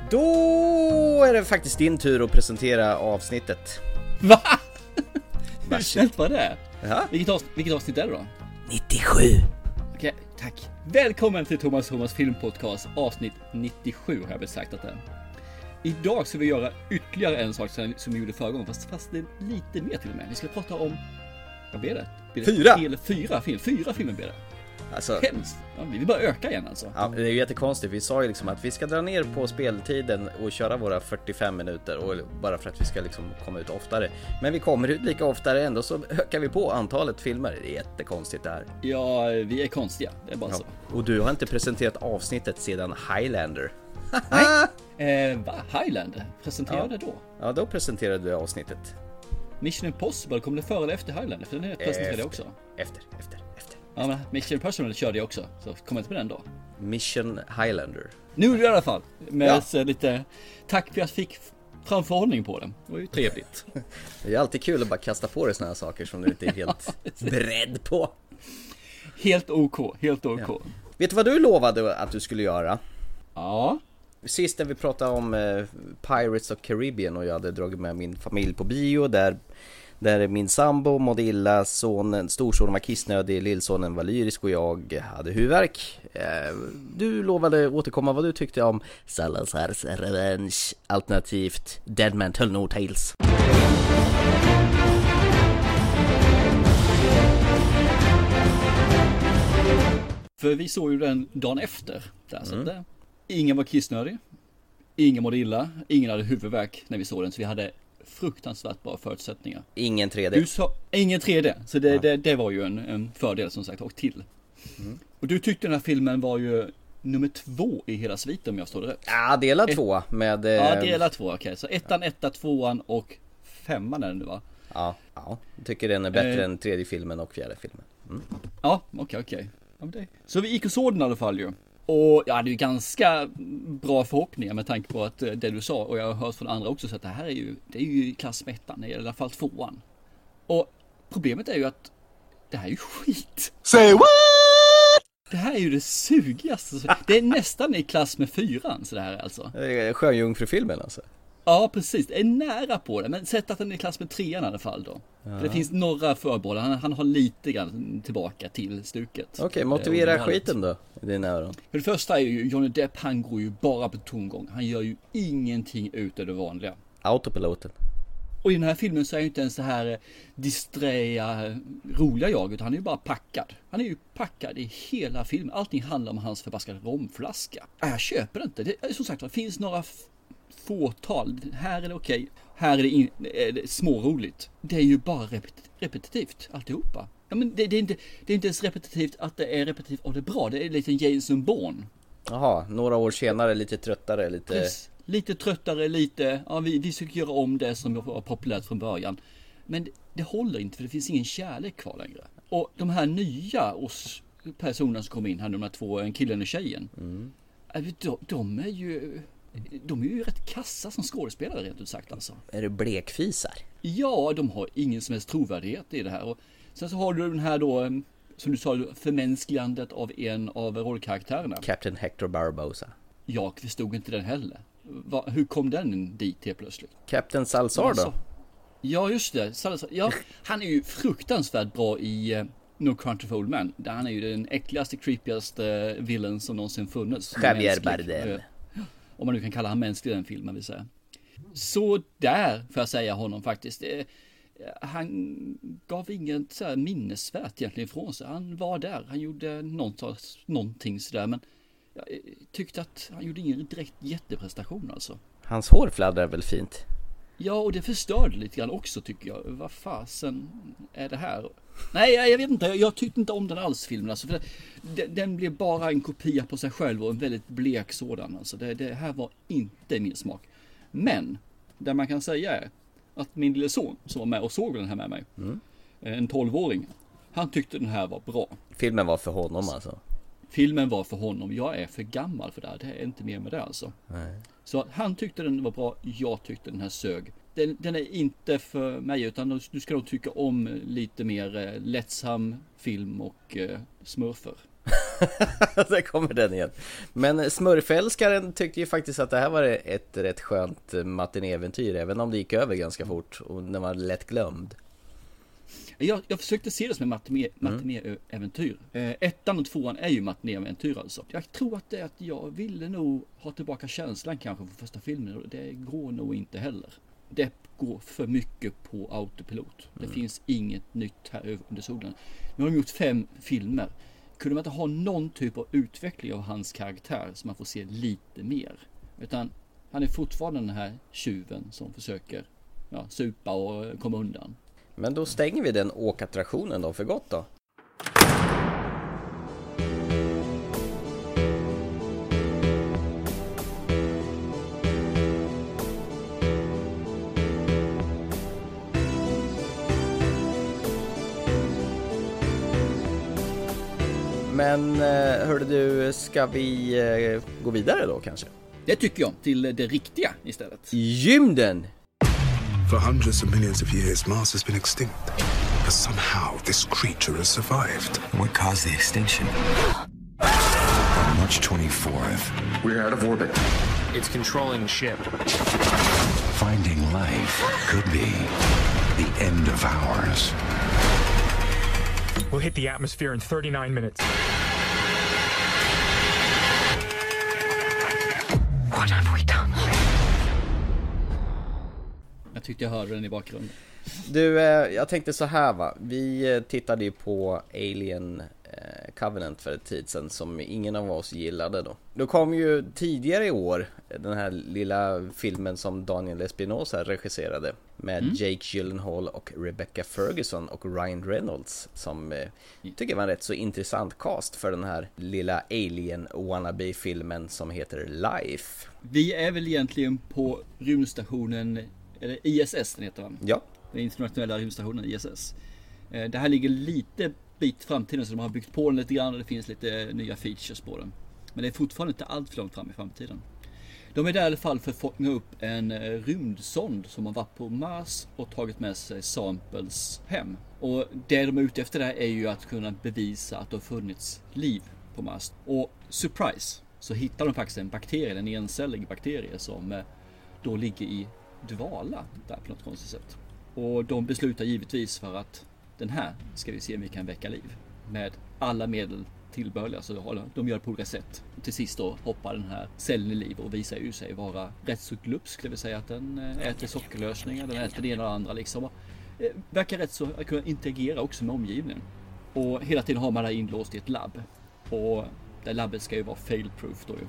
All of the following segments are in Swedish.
Då är det faktiskt din tur att presentera avsnittet. Va? Hur snällt var det? Ja. Vilket avsnitt är det då? 97. Okej, tack. Välkommen till Thomas filmpodcast avsnitt 97 har jag väl sagt att det är. Idag ska vi göra ytterligare en sak som vi gjorde förra gången, fast det är lite mer till och med. Vi ska prata om, vad blir det? Fyra filmer blir det. Alltså, hemskt. Ja, vi vill bara öka igen alltså. Ja, det är ju jättekonstigt. Vi sa ju liksom att vi ska dra ner på speltiden och köra våra 45 minuter och bara för att vi ska liksom komma ut oftare. Men vi kommer ut lika oftare ändå, så ökar vi på antalet filmer. Det är jättekonstigt det här. Ja, vi är konstiga. Det är bara så. Och du har inte presenterat avsnittet sedan Highlander. Va? Highlander? Presenterade då? Ja, då presenterade du avsnittet. Mission Impossible, kom det före eller efter Highlander? För den presenterade jag också. Efter. Ja, men Mission Impossible körde jag också, så kom inte på den då. Mission Highlander. Nu i alla fall, med lite tack för att jag fick framförhållning på den. Det var ju trevligt. Det är alltid kul att bara kasta på dig såna här saker som du inte är helt beredd på. Helt OK. Ja. Vet du vad du lovade att du skulle göra? Ja. Sist när vi pratade om Pirates of Caribbean och jag hade dragit med min familj på bio där min sambo mådde illa, storsonen var kissnödig, lillsonen var lyrisk och jag hade huvudvärk. Du lovade återkomma vad du tyckte om Salazar's Revenge alternativt Dead Man Tell No Tales. För vi såg ju den dagen efter där, så där. Ingen var kissnödig, ingen mådde illa, ingen hade huvudvärk när vi såg den, så vi hade fruktansvärt bra förutsättningar. Ingen 3D. Du sa ingen 3D, så det var ju en fördel som sagt, och till. Och du tyckte den här filmen var ju nummer 2 i hela sviten, om jag förstår det rätt. Ja, delad 2 med... Ja, delad 2, okej. Så 1, 2 och 5 är den nu, va? Ja, jag tycker den är bättre än tredje filmen och fjärde filmen. Ja, okej. Ja, så vi gick och såg den i alla fall ju. Och ja, det är ju ganska bra förhoppningar med tanke på att det du sa, och jag har hört från andra också, så att det här är ju i klass med 1:an, i alla fall 2:an. Och problemet är ju att det här är ju skit. Say what? Det här är ju det sugigaste. Det är nästan i klass med 4:an, så det här är alltså. Det är Sjöjungfrufilmen alltså. Ja, precis. Det är nära på det. Men sätt att den är i klass med 3:an i alla fall då. Ja. För det finns några förbehåll. Han har lite grann tillbaka till stuket. Okej, motivera skiten då i dina öron. För det första är ju Johnny Depp, han går ju bara på tomgång. Han gör ju ingenting ut av det vanliga. Autopiloten. Och i den här filmen så är ju inte ens så här disträa, roliga jag, utan han är ju bara packad. Han är ju packad i hela filmen. Allting handlar om hans förbaskade romflaska. Jag köper det inte. Det, som sagt, det finns några fåtal. Här är det okej. Här är det småroligt. Det är ju bara repetitivt alltihopa. Ja, men det är inte ens repetitivt att det är repetitivt och det är bra. Det är lite Jason Bourne. Jaha, några år senare lite tröttare, lite tröttare, ja, vi ska göra om det som var populärt från början. Men det håller inte, för det finns ingen kärlek kvar längre. Och de här nya personerna som kommer in här, de här två, killen och tjejen. De är ju rätt kassa som skådespelare, rent ut sagt alltså. Är det blekfisar? Ja, de har ingen som helst trovärdighet i det här. Och sen så har du den här då, som du sa, förmänskligandet av en av rollkaraktärerna. Captain Hector Barbosa. Jag förstod inte den heller. Hur kom den dit helt plötsligt? Captain Salazar då? Ja, just det. Salazar. Ja, han är ju fruktansvärt bra i No Country for Old Men. Där han är ju den äckligaste, creepigaste villain som någonsin funnits. Javier Bardem. Om man nu kan kalla han mänsklig i den filmen, vill säga. Så där får jag säga honom faktiskt. Han gav inget så här minnesvärt egentligen ifrån sig. Han var där, han gjorde någonting sådär, men jag tyckte att han gjorde ingen direkt jätteprestation alltså. Hans hår fladdrar väl fint? Ja, och det förstörde lite grann också, tycker jag. Vad fasen är det här? Nej, jag vet inte. Jag tyckte inte om den alls, filmen alltså, för den blev bara en kopia på sig själv och en väldigt blek sådan alltså. Det här var inte min smak. Men det man kan säga är att min lille son som var med och såg den här med mig, en 12-åring, han tyckte den här var bra. Filmen var för honom alltså? Filmen var för honom. Jag är för gammal för det här. Det är inte mer med det alltså. Nej. Så han tyckte den var bra. Jag tyckte den här sög. Den är inte för mig, utan du ska nog tycka om lite mer lättsam film och smurfer. Där kommer den igen. Men Smurfälskaren tyckte ju faktiskt att det här var ett rätt skönt matinéäventyr, även om det gick över ganska fort och den var lätt glömd. Jag försökte se det som en matinéäventyr. Ettan och tvåan är ju matinéäventyr alltså. Jag tror att jag ville nog ha tillbaka känslan kanske för första filmen, och det går nog inte heller. Det går för mycket på autopilot. Det finns inget nytt här under solen. Nu har de gjort 5 filmer. Kunde man inte ha någon typ av utveckling av hans karaktär så man får se lite mer? Utan han är fortfarande den här tjuven som försöker supa och komma undan. Men då stänger vi den åkattraktionen då för gott då. Men hörde du, ska vi gå vidare då kanske? Det tycker jag, till det riktiga istället. Gymden! For hundreds of millions of years, Mars has been extinct. But somehow this creature has survived. What caused the extinction? On March 24th. We're out of orbit. It's controlling the ship. Finding life could be the end of ours. We'll hit the atmosphere in 39 minutes. What have we done? Jag tyckte jag hörde den i bakgrunden. Du, jag tänkte så här va. Vi tittade ju på Alien Covenant för ett tid sedan som ingen av oss gillade då. Då kom ju tidigare i år den här lilla filmen som Daniel Espinosa regisserade med Jake Gyllenhaal och Rebecca Ferguson och Ryan Reynolds som tycker var en rätt så intressant cast för den här lilla Alien wannabe-filmen som heter Life. Vi är väl egentligen på rymdstationen, eller ISS den heter va? Ja. Den internationella rymdstationen ISS. Det här ligger lite bit framtiden så de har byggt på den lite grann och det finns lite nya features på den. Men det är fortfarande inte allt för långt fram i framtiden. De är där i alla fall för att fånga upp en rymdsond som har varit på Mars och tagit med sig samples hem. Och det de är ute efter där är ju att kunna bevisa att det har funnits liv på Mars. Och surprise, så hittar de faktiskt en bakterie, en encellig bakterie som då ligger i dvala där på något konstigt sätt. Och de beslutar givetvis för att den här ska vi se om vi kan väcka liv med alla medel tillbörliga, så de gör det på olika sätt. Till sist då hoppar den här cellen i liv och visar ju sig vara rätt så glupsk, det vill säga att den äter sockerlösningar, den äter det ena och det andra liksom. Verkar rätt så att kunna interagera också med omgivningen. Och hela tiden har man det inlåst i ett labb. Och det labbet ska ju vara fail-proof då ju.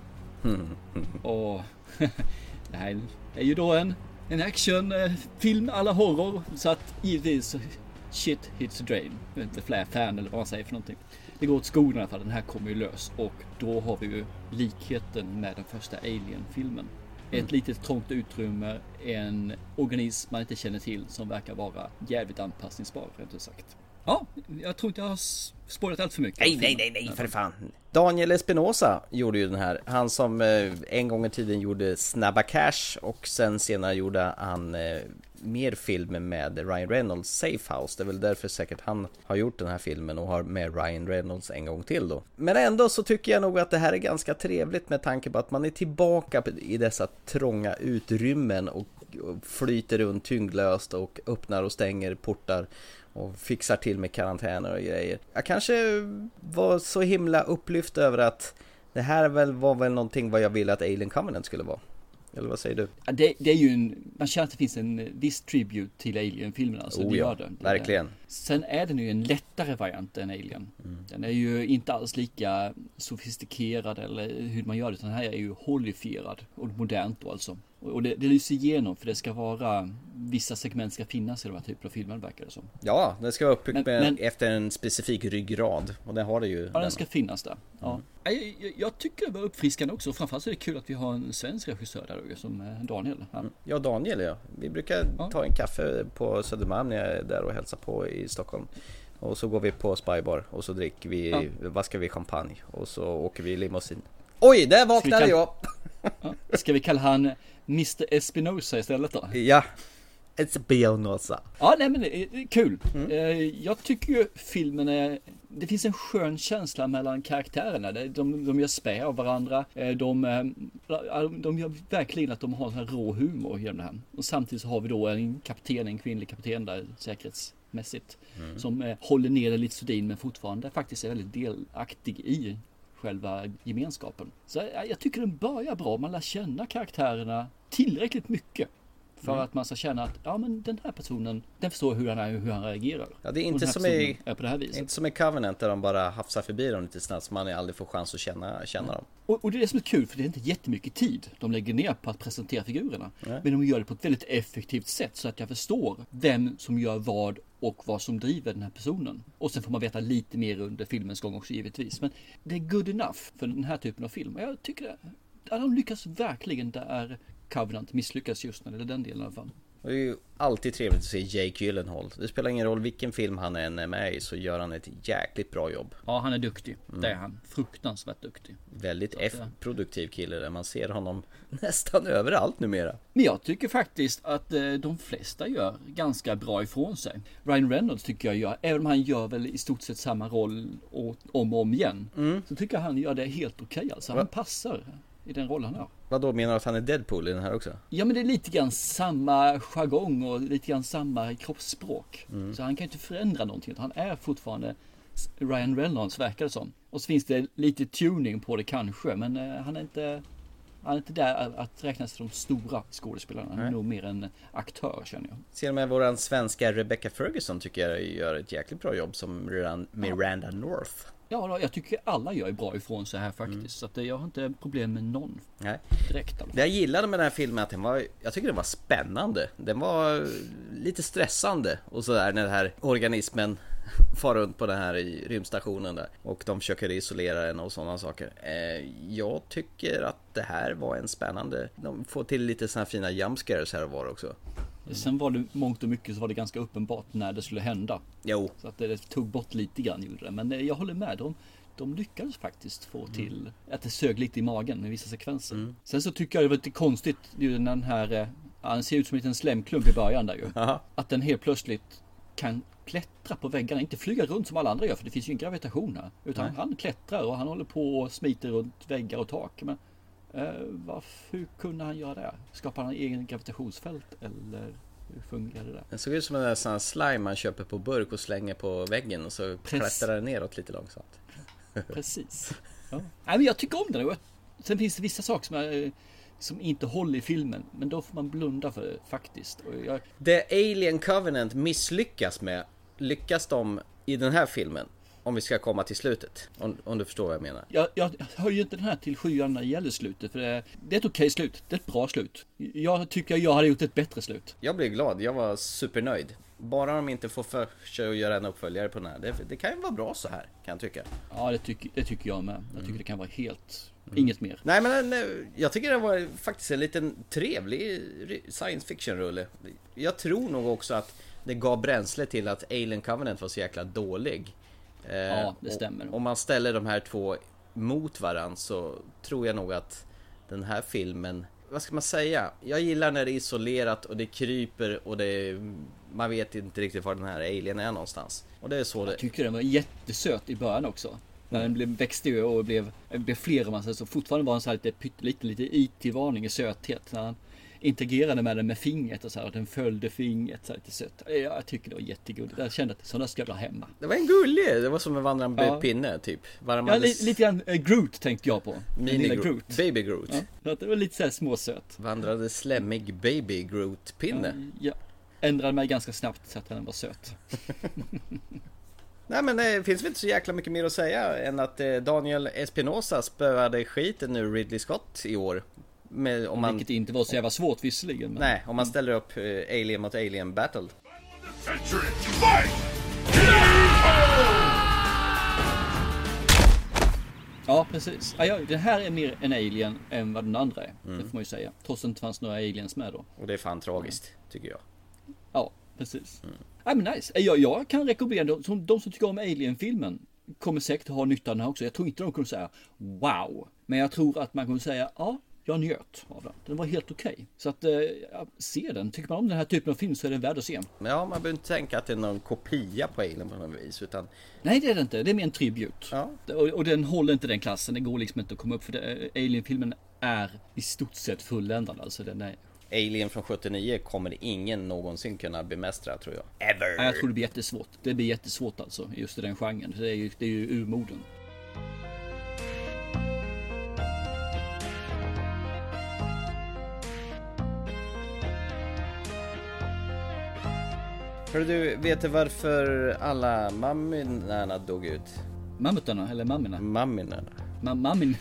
Och det här är ju då en actionfilm alla horror, så att givetvis shit hits the drain. Jag vet inte, flare fan eller vad man säger för någonting. Det går åt skogen i alla fall, den här kommer ju lös. Och då har vi ju likheten med den första Alien-filmen. Ett litet trångt utrymme, en organism man inte känner till som verkar vara jävligt anpassningsbar, rent ut sagt. Ja, jag tror inte jag har spårat allt för mycket. Nej, för fan. Daniel Espinosa gjorde ju den här. Han som en gång i tiden gjorde Snabba Cash och sen senare gjorde han mer filmer med Ryan Reynolds, Safe House. Det är väl därför säkert han har gjort den här filmen och har med Ryan Reynolds en gång till då. Men ändå så tycker jag nog att det här är ganska trevligt med tanke på att man är tillbaka i dessa trånga utrymmen och flyter runt tyngdlöst och öppnar och stänger portar och fixar till med karantäner och grejer. Jag kanske var så himla upplyft över att det här var väl någonting vad jag ville att Alien Covenant skulle vara. Eller vad säger du? Ja, det är ju man känner att det finns en viss tribute till Alien-filmen. Alltså, det gör det. Verkligen. Sen är den ju en lättare variant än Alien. Den är ju inte alls lika sofistikerad eller hur man gör det. Den här är ju hollifierad och modernt då alltså. Och det lyser igenom, för det ska vara vissa segment ska finnas i de här typen av filmer, verkar det som. Ja, det ska vara uppbyggt efter en specifik ryggrad. Och det har det ju. Ja, den ska finnas där. Ja. Jag tycker det var uppfriskande också. Framförallt är det kul att vi har en svensk regissör där som Daniel. Ja, Daniel, ja. Vi brukar ta en kaffe på Södermalm när jag är där och hälsar på i Stockholm. Och så går vi på Spybar och så dricker vi, vaskar vi champagne och så åker vi i limousin. Oj, där vaknade jag! Ska vi kalla han Mr. Espinosa istället då? Ja, Espinosa. Ja, nej men det är kul. Jag tycker ju filmen är det finns en skön känsla mellan karaktärerna. De gör spä av varandra. De gör verkligen att de har en sån här rå humor genom det här. Och samtidigt så har vi då en kvinnlig kapten där säkerhetsmässigt. Som håller ner det lite sudin men fortfarande faktiskt är väldigt delaktig i själva gemenskapen. Så jag tycker den börjar bra. Man lär känna karaktärerna tillräckligt mycket. För att man ska känna att ja, men den här personen, den förstår hur han är och hur han reagerar. Ja, det är inte som i Covenant där de bara hafsar förbi dem lite snabbt så man aldrig får chans att känna dem. Och det är det som är kul, för det är inte jättemycket tid de lägger ner på att presentera figurerna. Men de gör det på ett väldigt effektivt sätt så att jag förstår vem som gör vad och vad som driver den här personen. Och sen får man veta lite mer under filmens gång också givetvis. Men det är good enough för den här typen av film. Och jag tycker att de lyckas verkligen där Covenant misslyckas just när det är den delen i alla fall. Det är ju alltid trevligt att se Jake Gyllenhaal. Det spelar ingen roll vilken film han än är med i så gör han ett jäkligt bra jobb. Ja, han är duktig. Det är han. Fruktansvärt duktig. Väldigt produktiv kille där man ser honom nästan överallt numera. Men jag tycker faktiskt att de flesta gör ganska bra ifrån sig. Ryan Reynolds tycker jag gör, även om han gör väl i stort sett samma roll om och om igen. Så tycker jag han gör det helt okej. Alltså han passar i den rollen han har. Vad då, menar du att han är Deadpool i den här också? Ja, men det är lite grann samma jargong och lite grann samma kroppsspråk. Så han kan inte förändra någonting. Han är fortfarande Ryan Reynolds, verkar det som. Och så finns det lite tuning på det kanske, men han är inte där att räknas till de stora skådespelarna. Han är nog mer en aktör, känner jag. Ser med våran svenska Rebecca Ferguson tycker jag gör ett jäkligt bra jobb som Miranda North. Ja, jag tycker alla gör bra ifrån sig här faktiskt. Så att jag har inte problem med någon. Nej. Direkt. Det jag gillade med den här filmen att jag tycker den var spännande. Den var lite stressande och sådär när den här organismen far runt på den här i rymdstationen där. Och de försöker isolera den och sådana saker. Jag tycker att det här var en spännande. De får till lite sådana här fina jumpscares här och var också. Sen var det mångt och mycket så var det ganska uppenbart när det skulle hända. Jo. Så att det tog bort lite grann gjorde det. Men jag håller med, de lyckades faktiskt få till att det sög lite i magen i vissa sekvenser. Sen så tycker jag det var lite konstigt den här, han ser ut som en liten slemklump i början där ju. Aha. Att den helt plötsligt kan klättra på väggarna, inte flyga runt som alla andra gör för det finns ju ingen gravitation här. Utan han klättrar och han håller på och smiter runt väggar och tak. Men hur kunde han göra det? Skapar han egen gravitationsfält eller hur fungerar det där? Det såg ut som en där sån slime man köper på burk och slänger på väggen och så klättrar den neråt lite långsamt. Precis. Ja. Nej, men jag tycker om den. Sen finns det vissa saker som inte håller i filmen, men då får man blunda för det faktiskt. Det Alien Covenant misslyckas med, lyckas de i den här filmen? Om vi ska komma till slutet, om du förstår vad jag menar. Jag höjer inte den här till 7 när det gäller slutet, för det är ett okej slut, det är ett bra slut. Jag tycker jag hade gjort ett bättre slut. Jag blev glad, jag var supernöjd. Bara de inte får för sig att göra en uppföljare på den här. Det kan ju vara bra så här, kan jag tycka. Ja, det tycker jag med. Jag tycker det kan vara helt... Inget mer. Nej, men jag tycker det var faktiskt en liten trevlig science fiction-rulle. Jag tror nog också att det gav bränsle till att Alien Covenant var så jäkla dålig. Ja, det stämmer. Om man ställer de här två mot varann så tror jag nog att den här filmen, vad ska man säga? Jag gillar när det är isolerat och det kryper och man vet inte riktigt var den här alien är någonstans. Och det är så jag tycker den var jättesöt i början också. När den växte och blev fler, man säger så. Fortfarande var en så här lite IT-varning i söthet. När han integrerade med den med fingret och så här, att den följde fingret så här, lite sött. Jag tycker det var jättegulligt. Jag kände att sådana ska jag vilja hemma. Det var en gullig, det var som en vandrande pinne typ. Lite grann Groot tänkte jag på. Mini Groot. Baby Groot. Ja, det var lite så här småsött. Vandrande slemmig Baby Groot-pinne. Ja, ändrade mig ganska snabbt så att den var söt. Nej, men det finns väl inte så jäkla mycket mer att säga än att Daniel Espinosa spöade skiten nu Ridley Scott i år. Vilket inte var så jävla svårt visserligen. Men... Nej, om man ställer upp Alien mot Alien Battle. Ja, precis. Det här är mer en alien än vad den andra är. Det får man ju säga. Trots att det inte fanns några aliens med då. Och det är fan tragiskt, tycker jag. Ja, precis. Men nice. Jag kan rekommendera de som tycker om Alien-filmen kommer säkert ha nytta av den här också. Jag tror inte de kommer säga wow. Men jag tror att man kommer säga Jag njöt av den. Den var helt okej. Så att se den. Tycker man om den här typen av film så är den värd att se. Ja, man behöver inte tänka att det är någon kopia på Alien på något vis, utan... Nej, det är det inte. Det är mer en tribut. Ja. Och den håller inte den klassen. Det går liksom inte att komma upp, för Alien-filmen är i stort sett fulländad. Alltså den är... Alien från 79 kommer ingen någonsin kunna bemästra, tror jag. Ever! Ja, jag tror det blir jättesvårt. Det blir jättesvårt alltså, just i den genren. Det är ju urmoden. Hör du, vet du varför alla mamminerna dog ut? Mammutarna eller mammorna? Mamminerna. Mamminerna.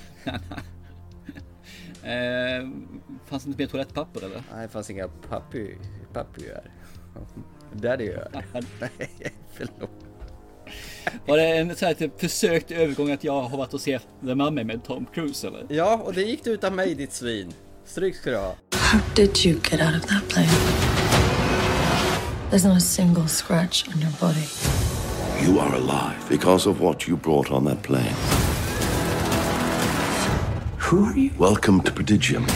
Fanns det inte mer toalettpapper eller? Nej, det fanns inga papper. Daddy gör. Nej, förlåt. Var det en så här typ försökt övergång att jag har varit och sett The Mummy med Tom Cruise eller? Ja, och det gick utan mig, ditt svin. Stryk ska du ha. How did you get out of that plane? There's not a single scratch on your body. You are alive because of what you brought on that plane. Who are you? Welcome to Prodigium.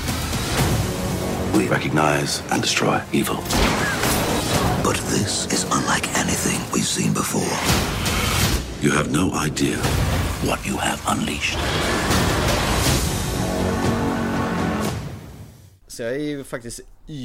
We recognize and destroy evil. But this is unlike anything we've seen before. You have no idea What you have unleashed. Så jag är ju faktiskt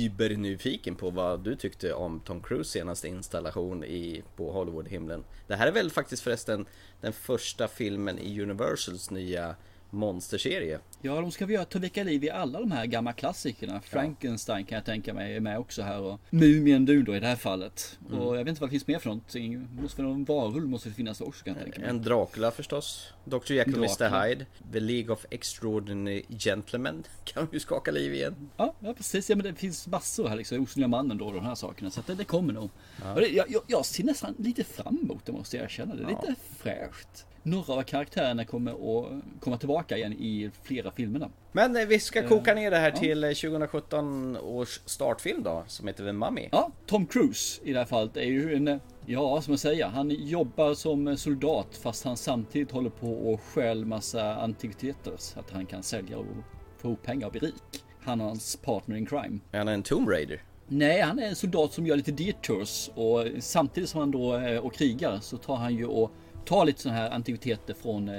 nyfiken på vad du tyckte om Tom Cruise senaste installation på Hollywood-himlen. Det här är väl faktiskt förresten den första filmen i Universals nya monsterserie. Ja, de ska vi ta väcka liv i alla de här gamla klassikerna. Frankenstein kan jag tänka mig är med också här, och Mumien Du då i det här fallet. Och jag vet inte vad det finns mer för någonting. Måste vara någon varulv måste det finnas också, kan jag tänka mig. En Dracula förstås. Dr. Jekyll och Mr. Hyde. The League of Extraordinary Gentlemen kan ju skaka liv igen. Ja, precis. Ja, men det finns massor här liksom. Osynliga mannen då och de här sakerna. Så att det kommer nog. Ja. Jag ser nästan lite fram emot det, måste jag erkänna. Det är lite fräscht. Några av karaktärerna kommer att komma tillbaka igen i flera filmerna. Men vi ska koka ner det här till 2017 års startfilm då, som heter The Mummy. Ja, Tom Cruise i det här fallet är ju en, som jag säger, han jobbar som soldat fast han samtidigt håller på och stjäl massa antikviteter så att han kan sälja och få ihop pengar och bli rik. Han och hans partner in crime. Är han en Tomb Raider? Nej, han är en soldat som gör lite detours, och samtidigt som han då och krigar så tar han ju och tar lite sådana här antikviteter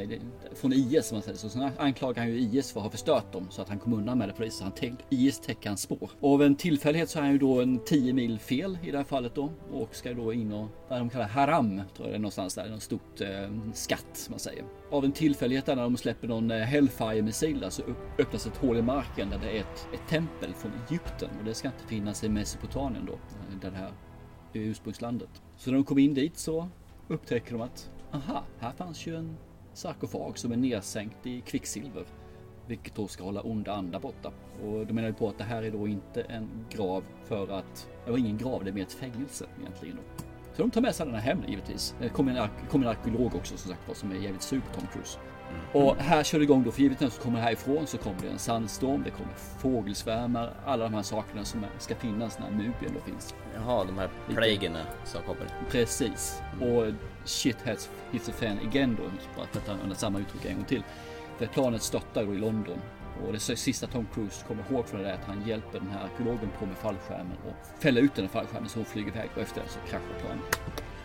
från IS, som man säger. Så anklagar han ju IS för att ha förstört dem så att han kom undan med det på det. Så IS täcker hans spår. Och av en tillfällighet så är han ju då en 10 mil fel i det här fallet då. Och ska då in och, vad de kallar Haram, tror jag det är någonstans där. Någon stort skatt, som man säger. Av en tillfällighet när de släpper någon Hellfire-missil så öppnas ett hål i marken där det är ett tempel från Egypten. Och det ska inte finnas i Mesopotamien då, där det här är ursprungslandet. Så när de kommer in dit så upptäcker de att här fanns ju en sarkofag som är nedsänkt i kvicksilver, vilket då ska hålla onda andar borta. Och de menar ju på att det här är då inte en grav, för att det var ingen grav, det är mer ett fängelse egentligen då. Så de tar med sig den här hem givetvis. Det kommer en arkeolog också, som sagt, som är jävligt sur på Tom Cruise. Och här kör det igång då, för givetvis så kommer det härifrån så kommer det en sandstorm, det kommer fågelsvärmar, alla de här sakerna som ska finnas när Mumien då finns. Jaha, de här plagerna som kommer. Precis. Och shit hits the fan again då, bara för att använda samma uttryck en gång till. För planet störtar då i London. Och det sista Tom Cruise kommer ihåg från det är att han hjälper den här arkeologen på med fallskärmen och fäller ut den här fallskärmen så hon flyger iväg, och efter det så kraschar planet.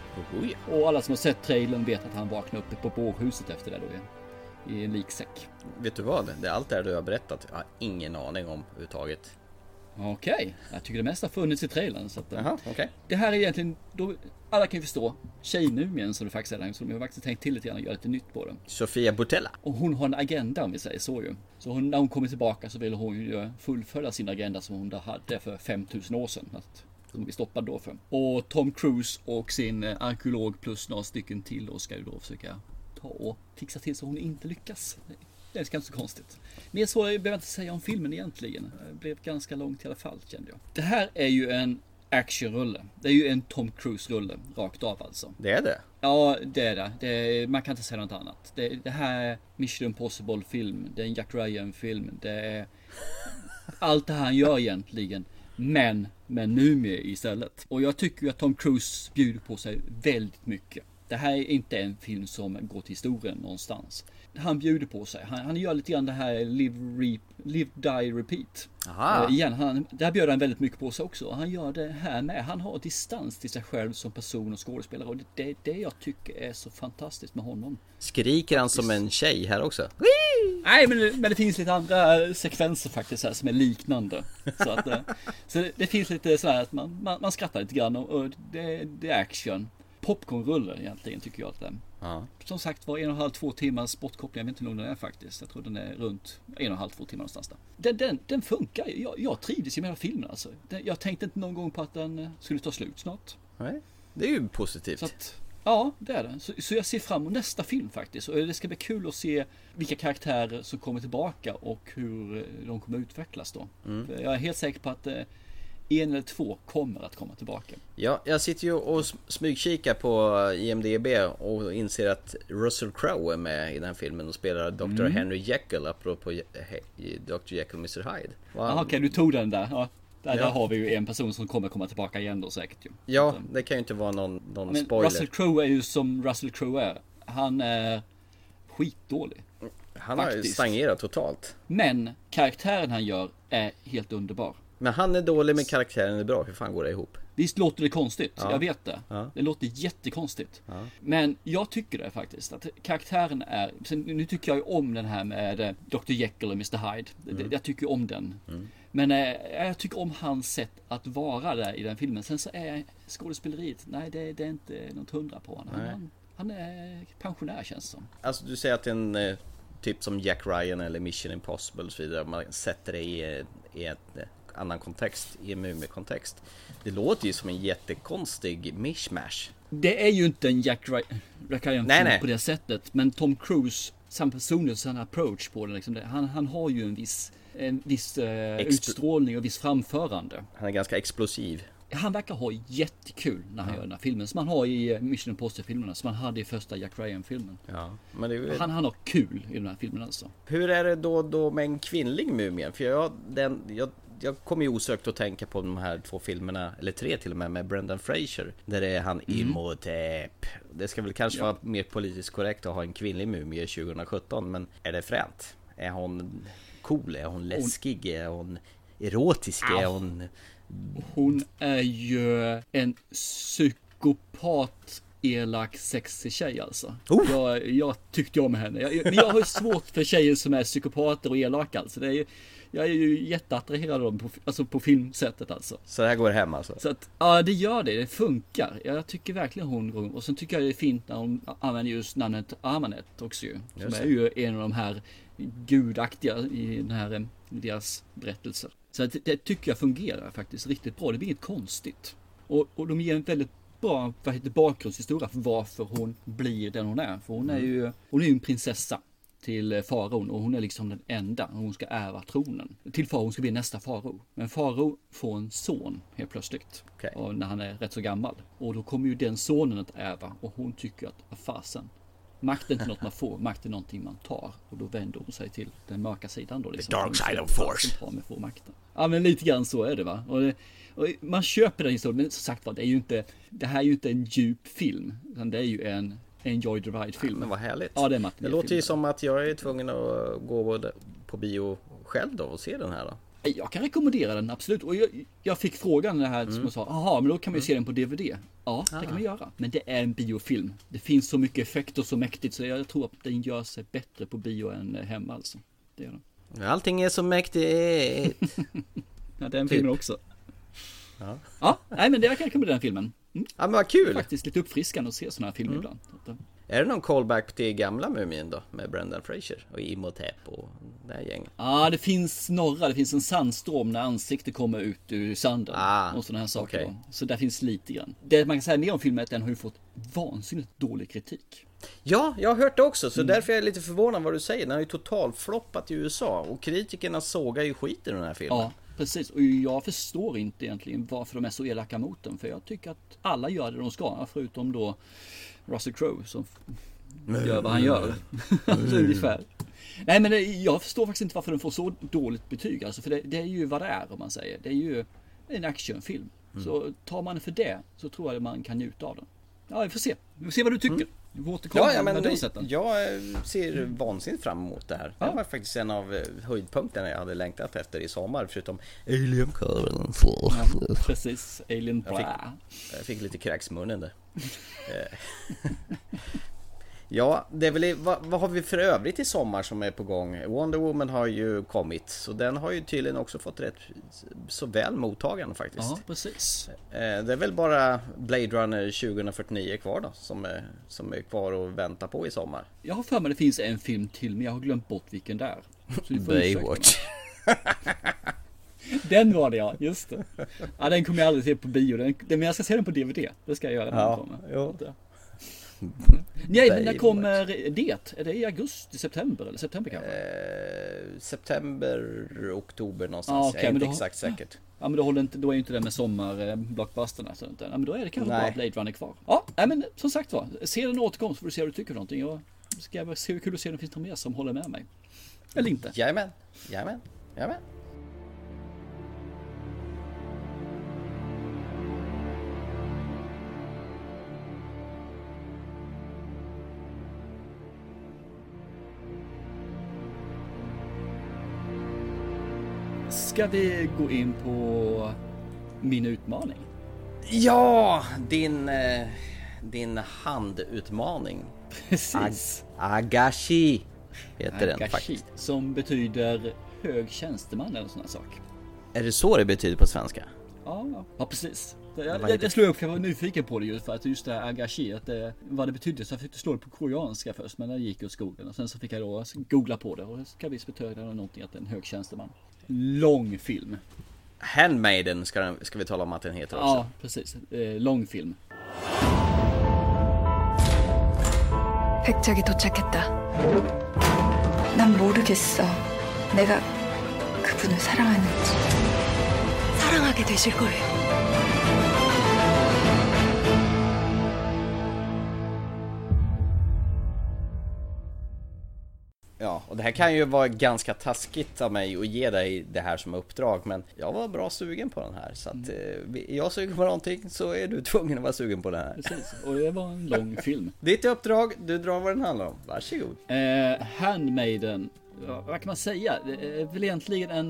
Och alla som har sett trailern vet att han vaknar uppe på bårhuset efter det då i en liksäck. Vet du vad? Det är allt det du har berättat. Jag har ingen aning om överhuvudtaget. Okej, jag tycker det mesta har funnits i trailern. Så att, okay. Det här är egentligen, alla kan ju förstå, tjejmumien som du faktiskt är där, så de har faktiskt tänkt till lite grann och göra lite nytt på den. Sofia Boutella. Och hon har en agenda, om vi säger så ju. Så när hon kommer tillbaka så vill hon ju fullfölja sin agenda som hon hade för 5000 år sedan. Som vi stoppade då för. Och Tom Cruise och sin arkeolog plus några stycken till och ska ju då försöka ta och fixa till så hon inte lyckas. Det är ganska så konstigt. Mer så behöver jag inte säga om filmen egentligen. Det blev ganska långt i alla fall, kände jag. Det här är ju en actionrulle. Det är ju en Tom Cruise-rulle, rakt av alltså. Det är det? Ja, det är det. Man kan inte säga något annat. Det här är Mission Impossible-film. Det är en Jack Ryan-film. Det är allt det här han gör egentligen. Men med Mumie istället. Och jag tycker ju att Tom Cruise bjuder på sig väldigt mycket. Det här är inte en film som går till historien någonstans. Han bjuder på sig. Han gör lite grann det här live die, repeat. Igen, där bjöd han väldigt mycket på sig också. Han gör det här med. Han har distans till sig själv som person och skådespelare. Och det är det jag tycker är så fantastiskt med honom. Skriker han som en tjej här också? Nej, men det finns lite andra sekvenser faktiskt här som är liknande. Så det finns lite så här att man skrattar lite grann och det är action. Popcornrullar egentligen tycker jag att det är. Ja. Som sagt var 1,5-2 timmars bortkoppling. Jag vet inte hur lång den är faktiskt. Jag tror den är runt 1,5-2 timmar någonstans där. Den funkar. Jag trivdes ju med hela filmen alltså. Jag tänkte inte någon gång på att den skulle ta slut snart. Nej, det är ju positivt. Så att, ja, det är det. Så jag ser fram emot nästa film faktiskt. Och det ska bli kul att se vilka karaktärer som kommer tillbaka och hur de kommer utvecklas då. Jag är helt säker på att en eller två kommer att komma tillbaka. Ja, jag sitter ju och smygkikar på IMDb och inser att Russell Crowe är med i den här filmen och spelar Dr. Henry Jekyll, apropå Dr. Jekyll Mr. Hyde. Okej, du tog den där. Ja. Där har vi ju en person som kommer komma tillbaka igen då säkert ju. Ja, det kan ju inte vara någon spoiler. Russell Crowe är ju som Russell Crowe är. Han är skitdålig. Han har ju stagnerat totalt. Men karaktären han gör är helt underbar. Men han är dålig med karaktären är bra. Hur fan går det ihop? Visst låter det konstigt, jag vet det. Ja. Det låter jättekonstigt. Ja. Men jag tycker det faktiskt. Att karaktären är... Nu tycker jag ju om den här med Dr. Jekyll och Mr. Hyde. Jag tycker om den. Men jag tycker om hans sätt att vara där i den filmen. Sen så är skådespeleriet... Nej, det är inte något 100 på honom. Han är pensionär känns som. Alltså du säger att en typ som Jack Ryan eller Mission Impossible och så vidare. Man sätter det i ett annan kontext, i en mumie-kontext. Det låter ju som en jättekonstig mishmash. Det är ju inte en Jack Ryan på det sättet, men Tom Cruise, samma personlig sån approach på det, liksom. Han har ju en viss utstrålning och viss framförande. Han är ganska explosiv. Han verkar ha jättekul när han gör den här filmen, som han har i Mission Impossible-filmerna, som han hade i första Jack Ryan-filmen. Ja, men det är... han har kul i den här filmen alltså. Hur är det då med en kvinnlig mumien? För jag kommer ju osökt att tänka på de här 2 filmerna, eller 3 till och med Brendan Fraser, där det är han Imhotep. Det ska väl kanske vara mer politiskt korrekt att ha en kvinnlig mumie 2017, men är det fränt? Är hon cool? Är hon läskig? Är hon erotisk? Är hon är ju en psykopat, elak, sexig tjej alltså. Jag tyckte om henne. Jag har ju svårt för tjejer som är psykopater och elaka alltså. Jag är ju jätteattraherad av dem på filmsättet alltså. Så det här går hem alltså? Så att, ja, det gör det. Det funkar. Jag tycker verkligen hon... Och sen tycker jag det är fint när hon använder just namnet Amanet också ju. Som är ju en av de här gudaktiga i den här deras berättelser. Så att det tycker jag fungerar faktiskt riktigt bra. Det blir inget konstigt. Och de ger en väldigt bra bakgrundshistoria för varför hon blir den hon är. För hon är ju en prinsessa till faraon och hon är liksom den enda. Hon ska ärva tronen. Till faraon ska bli nästa farao. Men farao får en son helt plötsligt. Och när han är rätt så gammal. Och då kommer ju den sonen att ärva. Och hon tycker att fasen. Makt är inte något man får, makt är någonting man tar. Och då vänder hon sig till den mörka sidan då. Liksom. The dark side of force. Får makten. Ja, men lite grann så är det va. Och man köper den historien, men som sagt var, det här är ju inte en djup film. Utan det är ju en Enjoy the Ride-film. Men vad härligt. Ja, det låter ju som att jag är tvungen att gå på bio själv då och se den här då. Jag kan rekommendera den, absolut. Och jag fick frågan det här som jag sa, jaha, men då kan man ju se den på DVD. Ja, det kan man göra. Men det är en biofilm. Det finns så mycket effekter så mäktigt så jag tror att den gör sig bättre på bio än hemma alltså. Det gör den. Allting är så mäktigt. Ja, den filmen också. Ja, nej men det kan rekommendera den filmen. Ja, men vad kul. Det är faktiskt lite uppfriskande att se såna här filmer ibland. Är det någon callback till gamla Mumien då? Med Brendan Fraser och Imhotep och det här gänget? Ja, det finns några. Det finns en sandstorm när ansiktet kommer ut ur sanden. Och sådana här saker. Okay. Så där finns lite grann. Det man kan säga mer om filmen är att den har ju fått vansinnigt dålig kritik. Ja, jag har hört det också. Så därför är jag lite förvånad vad du säger. Den har ju totalfloppat i USA. Och kritikerna sågar ju skit i den här filmen. Ja, precis. Och jag förstår inte egentligen varför de är så elaka mot den. För jag tycker att alla gör det de ska. Förutom då Russell Crowe som gör vad han gör. Ungefär. Nej, men jag förstår faktiskt inte varför den får så dåligt betyg. Alltså, för det är ju vad det är om man säger. Det är ju en actionfilm. Så tar man för det så tror jag att man kan njuta av den. Ja, vi får se. Vi får se vad du tycker. Vi återkommer när du har sett den. Jag ser vansinnigt fram emot det här. Det var faktiskt en av höjdpunkterna jag hade längtat efter i sommar, förutom Alien-kören. Ja, precis, Alien. Jag fick lite kräksmunnen där. Ja, det är väl, vad har vi för övrigt i sommar som är på gång? Wonder Woman har ju kommit, så den har ju tydligen också fått rätt så väl mottagande faktiskt. Ja, precis. Det är väl bara Blade Runner 2049 kvar då, som är kvar och väntar på i sommar. Jag har för mig det finns en film till, men jag har glömt bort vilken där. Baywatch. Den var det, ja, just det. Ja, den kommer jag aldrig se på bio, men jag ska se den på DVD. Det ska jag göra. Ja, jo. Nej, men när kommer det? Är det i augusti, september eller september kanske? September, oktober någonstans. Okay, jag är inte exakt säkert. Ja, men då är ju inte det med sommarblockbusterna. Så ja, men då är det kanske bara Blade Runner kvar. Ja, men som sagt var, se den återkomst för att se vad du tycker för någonting. Jag ska se hur kul att se om det finns någon mer som håller med mig. Eller inte. Jajamän. Ska vi gå in på min utmaning? Ja, din handutmaning. Precis. Agashi heter den faktiskt. Som betyder hög tjänsteman eller sån sak. Är det så det betyder på svenska? Ja, precis. Jag slog upp, jag var nyfiken på det just för att just det här agashi, att vad det betydde, så jag fick slå det på koreanska först, men jag gick åt skolan och sen så fick jag då googla på det och det ska visst betyda någonting att det är en hög tjänsteman. Lång film. Handmaiden ska vi tala om att den heter också. Ja, precis. Lång film. 백작이 도착했다. 난 모르겠어. 내가 그분을 사랑하는지. 사랑하게 되실 거예요. Ja, och det här kan ju vara ganska taskigt av mig att ge dig det här som uppdrag, men jag var bra sugen på den här, så att är jag sugen på någonting så är du tvungen att vara sugen på den här. Precis, och det var en lång film. Ditt uppdrag, du drar vad den handlar om. Varsågod. Handmaiden, vad kan man säga? Det är väl egentligen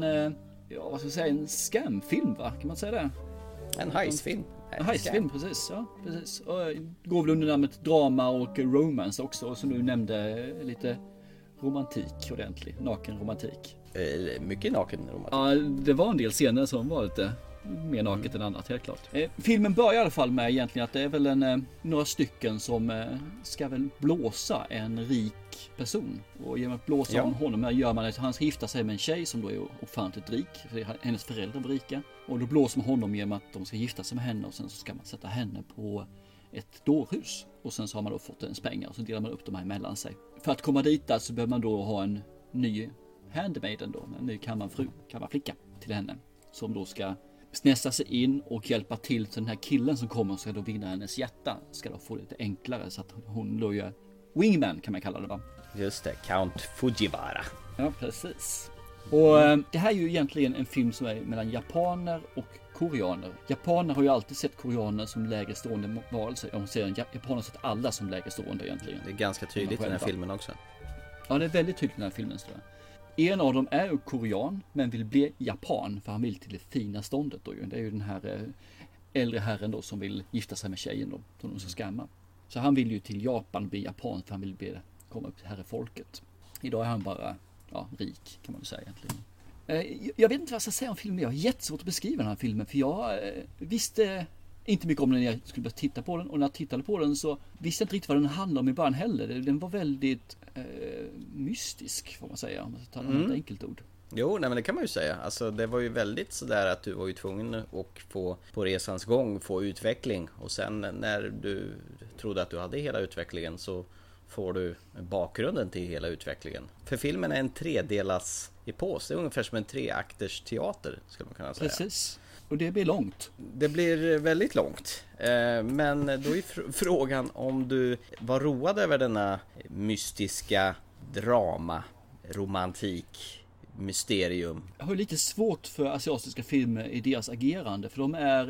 en scamfilm, va? Kan man säga det? En heistfilm. En heistfilm, precis. Ja, precis. Och går väl under namnet drama och romance också, och som du nämnde, lite romantik ordentlig, naken romantik. Mycket naken romantik. Ja, det var en del scener som var lite mer naket än annat, helt klart. Filmen börjar i alla fall med egentligen att det är väl några stycken som ska väl blåsa en rik person. Och genom att blåsa om honom gör man att han ska gifta sig med en tjej som då är ofantligt rik. För hennes föräldrar var rika. Och då blåser man honom genom att de ska gifta sig med henne och sen så ska man sätta henne på ett dårhus. Och sen så har man då fått ens pengar och så delar man upp de här emellan sig. För att komma dit där så behöver man då ha en ny handmaiden då, en ny kammarflicka till henne. Som då ska snäsa sig in och hjälpa till den här killen som kommer och ska då vinna hennes hjärta. Ska då få det lite enklare så att hon då gör wingman, kan man kalla det, va? Just det, Count Fujiwara. Ja, precis. Och det här är ju egentligen en film som är mellan japaner och koreaner. Japaner har ju alltid sett koreaner som lägre stående varelser. Jag måste säga, japaner har sett alla som lägre stående egentligen. Det är ganska tydligt i den här filmen också. Ja, det är väldigt tydligt i den här filmen, tror jag. En av dem är ju korean, men vill bli japan, för han vill till det fina ståndet då ju. Det är ju den här äldre herren då som vill gifta sig med tjejen då, som de ska skamma. Så han vill ju till Japan bli japan, för han vill komma upp till herrefolket. Idag är han bara rik, kan man väl säga egentligen. Jag vet inte vad jag ska säga om filmen. Jag har jättesvårt att beskriva den här filmen, för jag visste inte mycket om den när jag skulle börja titta på den. Och när jag tittade på den så visste jag inte riktigt vad den handlade om i början heller. Den var väldigt mystisk, får man säga, om man ska ta ett enkelt ord. Jo, nej, men det kan man ju säga. Alltså, det var ju väldigt sådär att du var ju tvungen att få på resans gång få utveckling. Och sen när du trodde att du hade hela utvecklingen så får du bakgrunden till hela utvecklingen. För filmen är en 3-delas epos. Det är ungefär som en 3-akters teater, skulle man kunna säga. Precis. Och det blir långt. Det blir väldigt långt. Men då är frågan om du var road över denna mystiska drama, romantik, mysterium. Jag har lite svårt för asiatiska filmer i deras agerande, för de är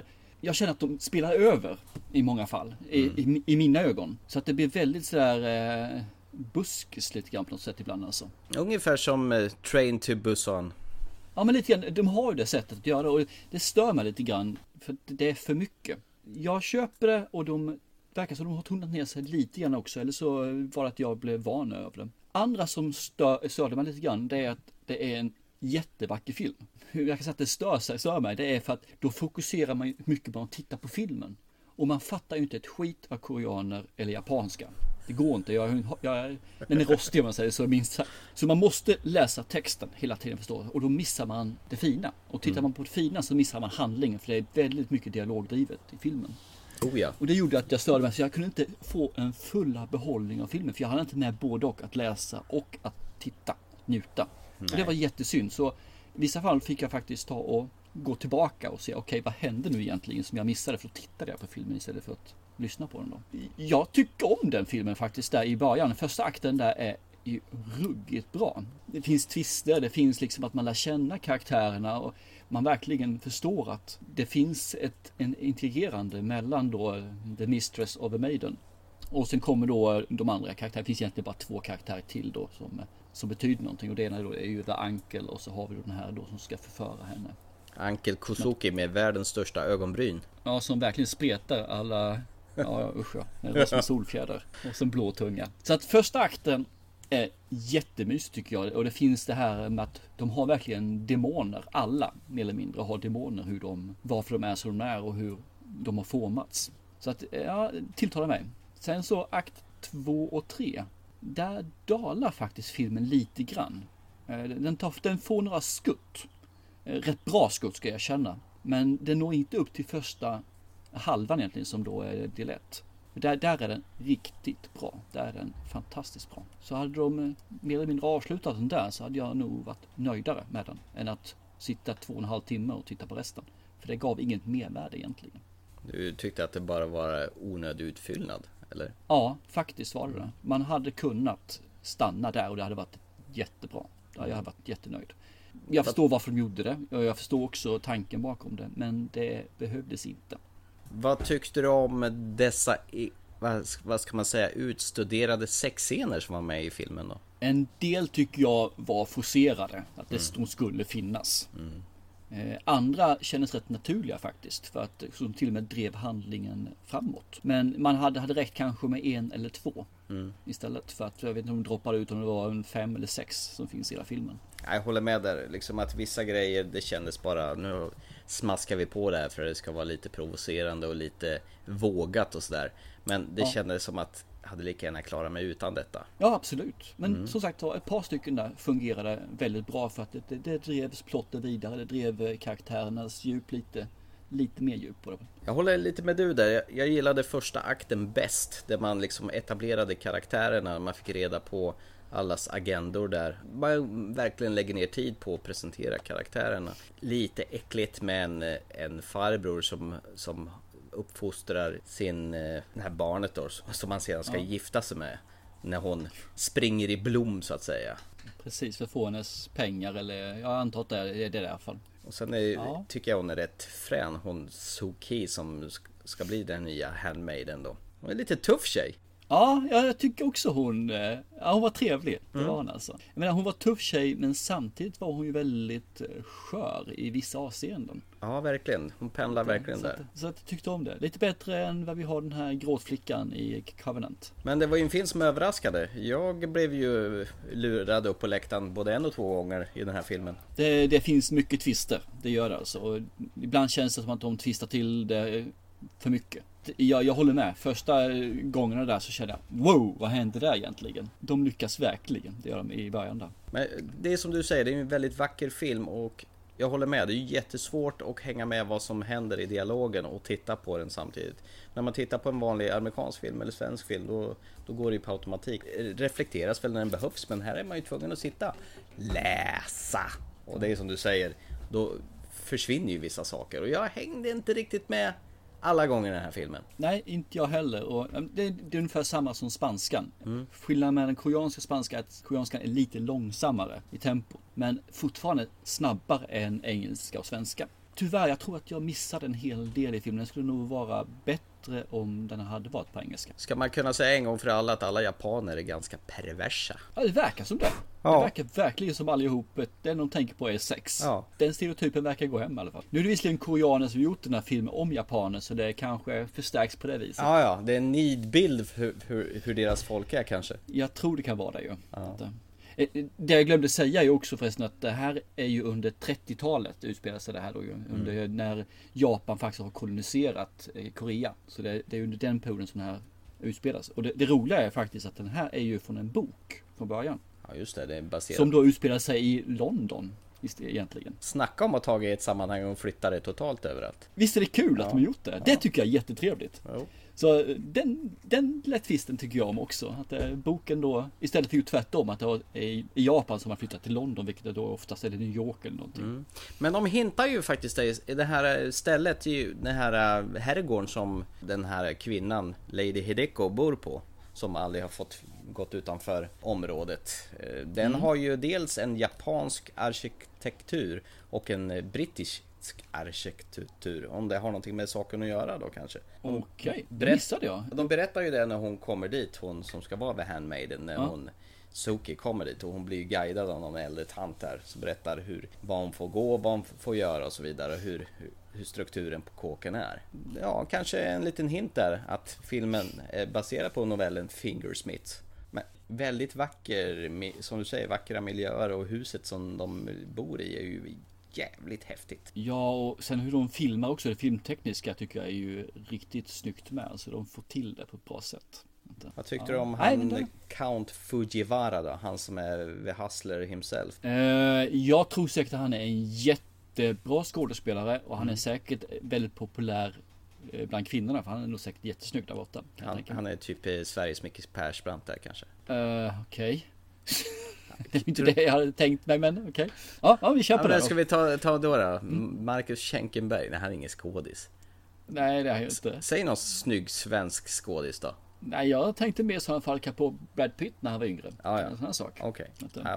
jag känner att de spelar över i många fall. I mina ögon. Så att det blir väldigt sådär buskis lite grann på något sätt ibland alltså. Ungefär som Train to Busan. Ja men lite grann, de har ju det sättet att göra det och det stör mig lite grann för det är för mycket. Jag köper det och de verkar som de har tonat ner sig lite grann också, eller så var det att jag blev van över det. Andra som störde mig lite grann, det är att det är en jättevacker film. Hur jag kan säga att det stör mig, det är för att då fokuserar man mycket på att titta på filmen. Och man fattar ju inte ett skit av koreaner eller japanska. Det går inte, den är rostig om man säger så minst sagt. Så man måste läsa texten hela tiden förstå. Och då missar man det fina. Och tittar man på det fina så missar man handlingen. För det är väldigt mycket dialogdrivet i filmen. Oh ja. Och det gjorde att jag störde mig. Så jag kunde inte få en fulla behållning av filmen. För jag hade inte med både och att läsa och att titta, njuta. Och det var jättesynd. Så i vissa fall fick jag faktiskt ta och gå tillbaka och se okej, vad hände nu egentligen som jag missade, för att titta där på filmen istället för att lyssna på den då. Jag tycker om den filmen faktiskt där i början. Första akten där är ju ruggigt bra. Det finns twister, det finns liksom att man lär känna karaktärerna och man verkligen förstår att det finns en integrerande mellan då The Mistress of a Maiden. Och sen kommer då de andra karaktärerna. Det finns egentligen bara 2 karaktärer till då som betyder någonting. Och det ena då är ju The Uncle och så har vi då den här då som ska förföra henne. Uncle Kosuki med världens största ögonbryn. Ja, som verkligen spretar alla... Ja, usch ja. Det är som solfjäder. Och som blå tunga. Så att första akten är jättemys tycker jag. Och det finns det här med att de har verkligen demoner. Alla mer eller mindre har demoner. Varför de är som de är och hur de har formats. Så att, ja, tilltalar mig. Sen så akt 2 och 3. Där dalar faktiskt filmen lite grann. Den får några skutt. Rätt bra skutt ska jag känna. Men den når inte upp till första halvan egentligen som då är del 1. Där är den riktigt bra. Där är den fantastiskt bra. Så hade de mer eller mindre avslutat den där så hade jag nog varit nöjdare med den. Än att sitta 2,5 timmar och titta på resten. För det gav inget mervärde egentligen. Du tyckte att det bara var onödig utfyllnad, eller? Ja, faktiskt var det. Man hade kunnat stanna där och det hade varit jättebra. Jag hade varit jättenöjd. Jag förstår varför de gjorde det och jag förstår också tanken bakom det, men det behövdes inte. Vad tyckte du om dessa, vad ska man säga, utstuderade sexscener som var med i filmen då? En del tycker jag var forcerade, att de skulle finnas. Andra kändes rätt naturliga faktiskt, för att som till och med drev handlingen framåt. Men man hade räckt kanske med 1 eller 2 istället, för att jag vet inte om de droppade ut om det var en 5 eller 6 som finns i hela filmen. Jag håller med där, liksom att vissa grejer det kändes bara, nu smaskar vi på det här för att det ska vara lite provocerande och lite vågat och sådär. Men det kändes som att jag hade lika gärna klarat mig utan detta. Ja, absolut. Men som sagt, ett par stycken där fungerade väldigt bra för att det drevs plotten vidare. Det drev karaktärernas djup lite mer djup på det. Jag håller lite med du där. Jag gillade första akten bäst, där man liksom etablerade karaktärerna. Man fick reda på allas agendor där. Man verkligen lägger ner tid på att presentera karaktärerna. Lite äckligt med en farbror som uppfostrar det här barnet då, som man sedan ska gifta sig med när hon springer i blom så att säga. Precis, för att få hennes pengar, eller jag antar att det är det i alla fall. Och sen tycker jag hon är rätt frän, hon Suki som ska bli den nya handmaiden då. Hon är lite tuff tjej. Ja, jag tycker också hon var trevlig. Det var hon alltså. Jag menar, hon var tuff tjej, men samtidigt var hon ju väldigt skör i vissa avseenden. Ja, verkligen. Hon pendlar verkligen där. Så jag tyckte om det. Lite bättre än vad vi har den här gråtflickan i Covenant. Men det var ju en film som överraskade. Jag blev ju lurad upp på läktaren både 1 och 2 gånger i den här filmen. Det finns mycket twister. Det gör det alltså. Och ibland känns det som att de twistar till det för mycket. Jag håller med. Första gångerna där så kände jag, wow, vad hände där egentligen? De lyckas verkligen, det gör de i början där. Men det är som du säger, det är en väldigt vacker film och jag håller med. Det är ju jättesvårt att hänga med vad som händer i dialogen och titta på den samtidigt. När man tittar på en vanlig amerikansk film eller svensk film, då går det ju på automatik. Reflekteras väl när den behövs, men här är man ju tvungen att sitta läsa. Och det är som du säger, då försvinner ju vissa saker. Och jag hängde inte riktigt med alla gånger i den här filmen. Nej, inte jag heller. Och det är ungefär samma som spanskan. Skillnaden med den koreanska spanskan är att koreanskan är lite långsammare i tempo. Men fortfarande snabbare än engelska och svenska. tyvärr, jag tror att jag missade en hel del i filmen. Den skulle nog vara bättre om den hade varit på engelska. Ska man kunna säga en gång för alla att alla japaner är ganska perversa? Ja, det verkar som det. Ja. Det verkar verkligen som allihop, det de tänker på är sex. Ja. Den stereotypen verkar gå hem i alla fall. Nu är det visserligen koreaner som gjort den här filmen om japaner, så det kanske förstärks på det viset. Ja, det är en nidbild för hur deras folk är kanske. Jag tror det kan vara det ju. Ja. Det jag glömde säga är ju också förresten att det här är ju under 30-talet utspelar sig det här då ju. Under när Japan faktiskt har koloniserat Korea. Så det är under den perioden som det här utspelas. Och det roliga är faktiskt att den här är ju från en bok från början. Ja just det är baserat. Som då utspelar sig i London egentligen. Snacka om att ta i ett sammanhang och flytta det totalt överallt. Visst är det kul att de har gjort det? Det tycker jag är jättetrevligt. Jo. Så den lättvisten tycker jag om också. Att boken då, istället för ju tvärtom, att det var i Japan som man flyttat till London, vilket det då oftast är New York eller någonting. Men de hintar ju faktiskt i det här stället, den här herrgården som den här kvinnan, Lady Hideko, bor på. Som aldrig har fått gått utanför området. Den har ju dels en japansk arkitektur och en brittisk arkitektur. Om det har någonting med saken att göra då kanske. Okej, det missade jag. De berättar ju det när hon kommer dit, hon som ska vara The Handmaiden, när hon Suki kommer dit och hon blir ju guidad av någon äldre tant här som berättar vad hon får gå, vad hon får göra och så vidare, hur strukturen på kåken är. Ja, kanske en liten hint där att filmen är baserad på novellen Fingersmith. Men väldigt vacker, som du säger, vackra miljöer och huset som de bor i är ju jävligt häftigt. Ja, och sen hur de filmar också, det filmtekniska tycker jag är ju riktigt snyggt med. Så de får till det på ett bra sätt. Vad tyckte du om Count Fujiwara då? Han som är The Hustler himself. Jag tror säkert att han är en jättebra skådespelare och han är säkert väldigt populär bland kvinnorna, för han är nog säkert jättesnygg där borta. Han är typ Sveriges Micke Persbrandt där kanske. Okej. Det är inte det jag hade tänkt mig, men okej. Ja, vi kör på det. Ska vi ta då? Marcus Schenkenberg, det här är ingen skådis. Nej, det är jag inte. Säg någon snygg svensk skådis då. Nej, jag tänkte mer så fall på Brad Pitt när han var yngre. Ja. En sån här sak. Okej.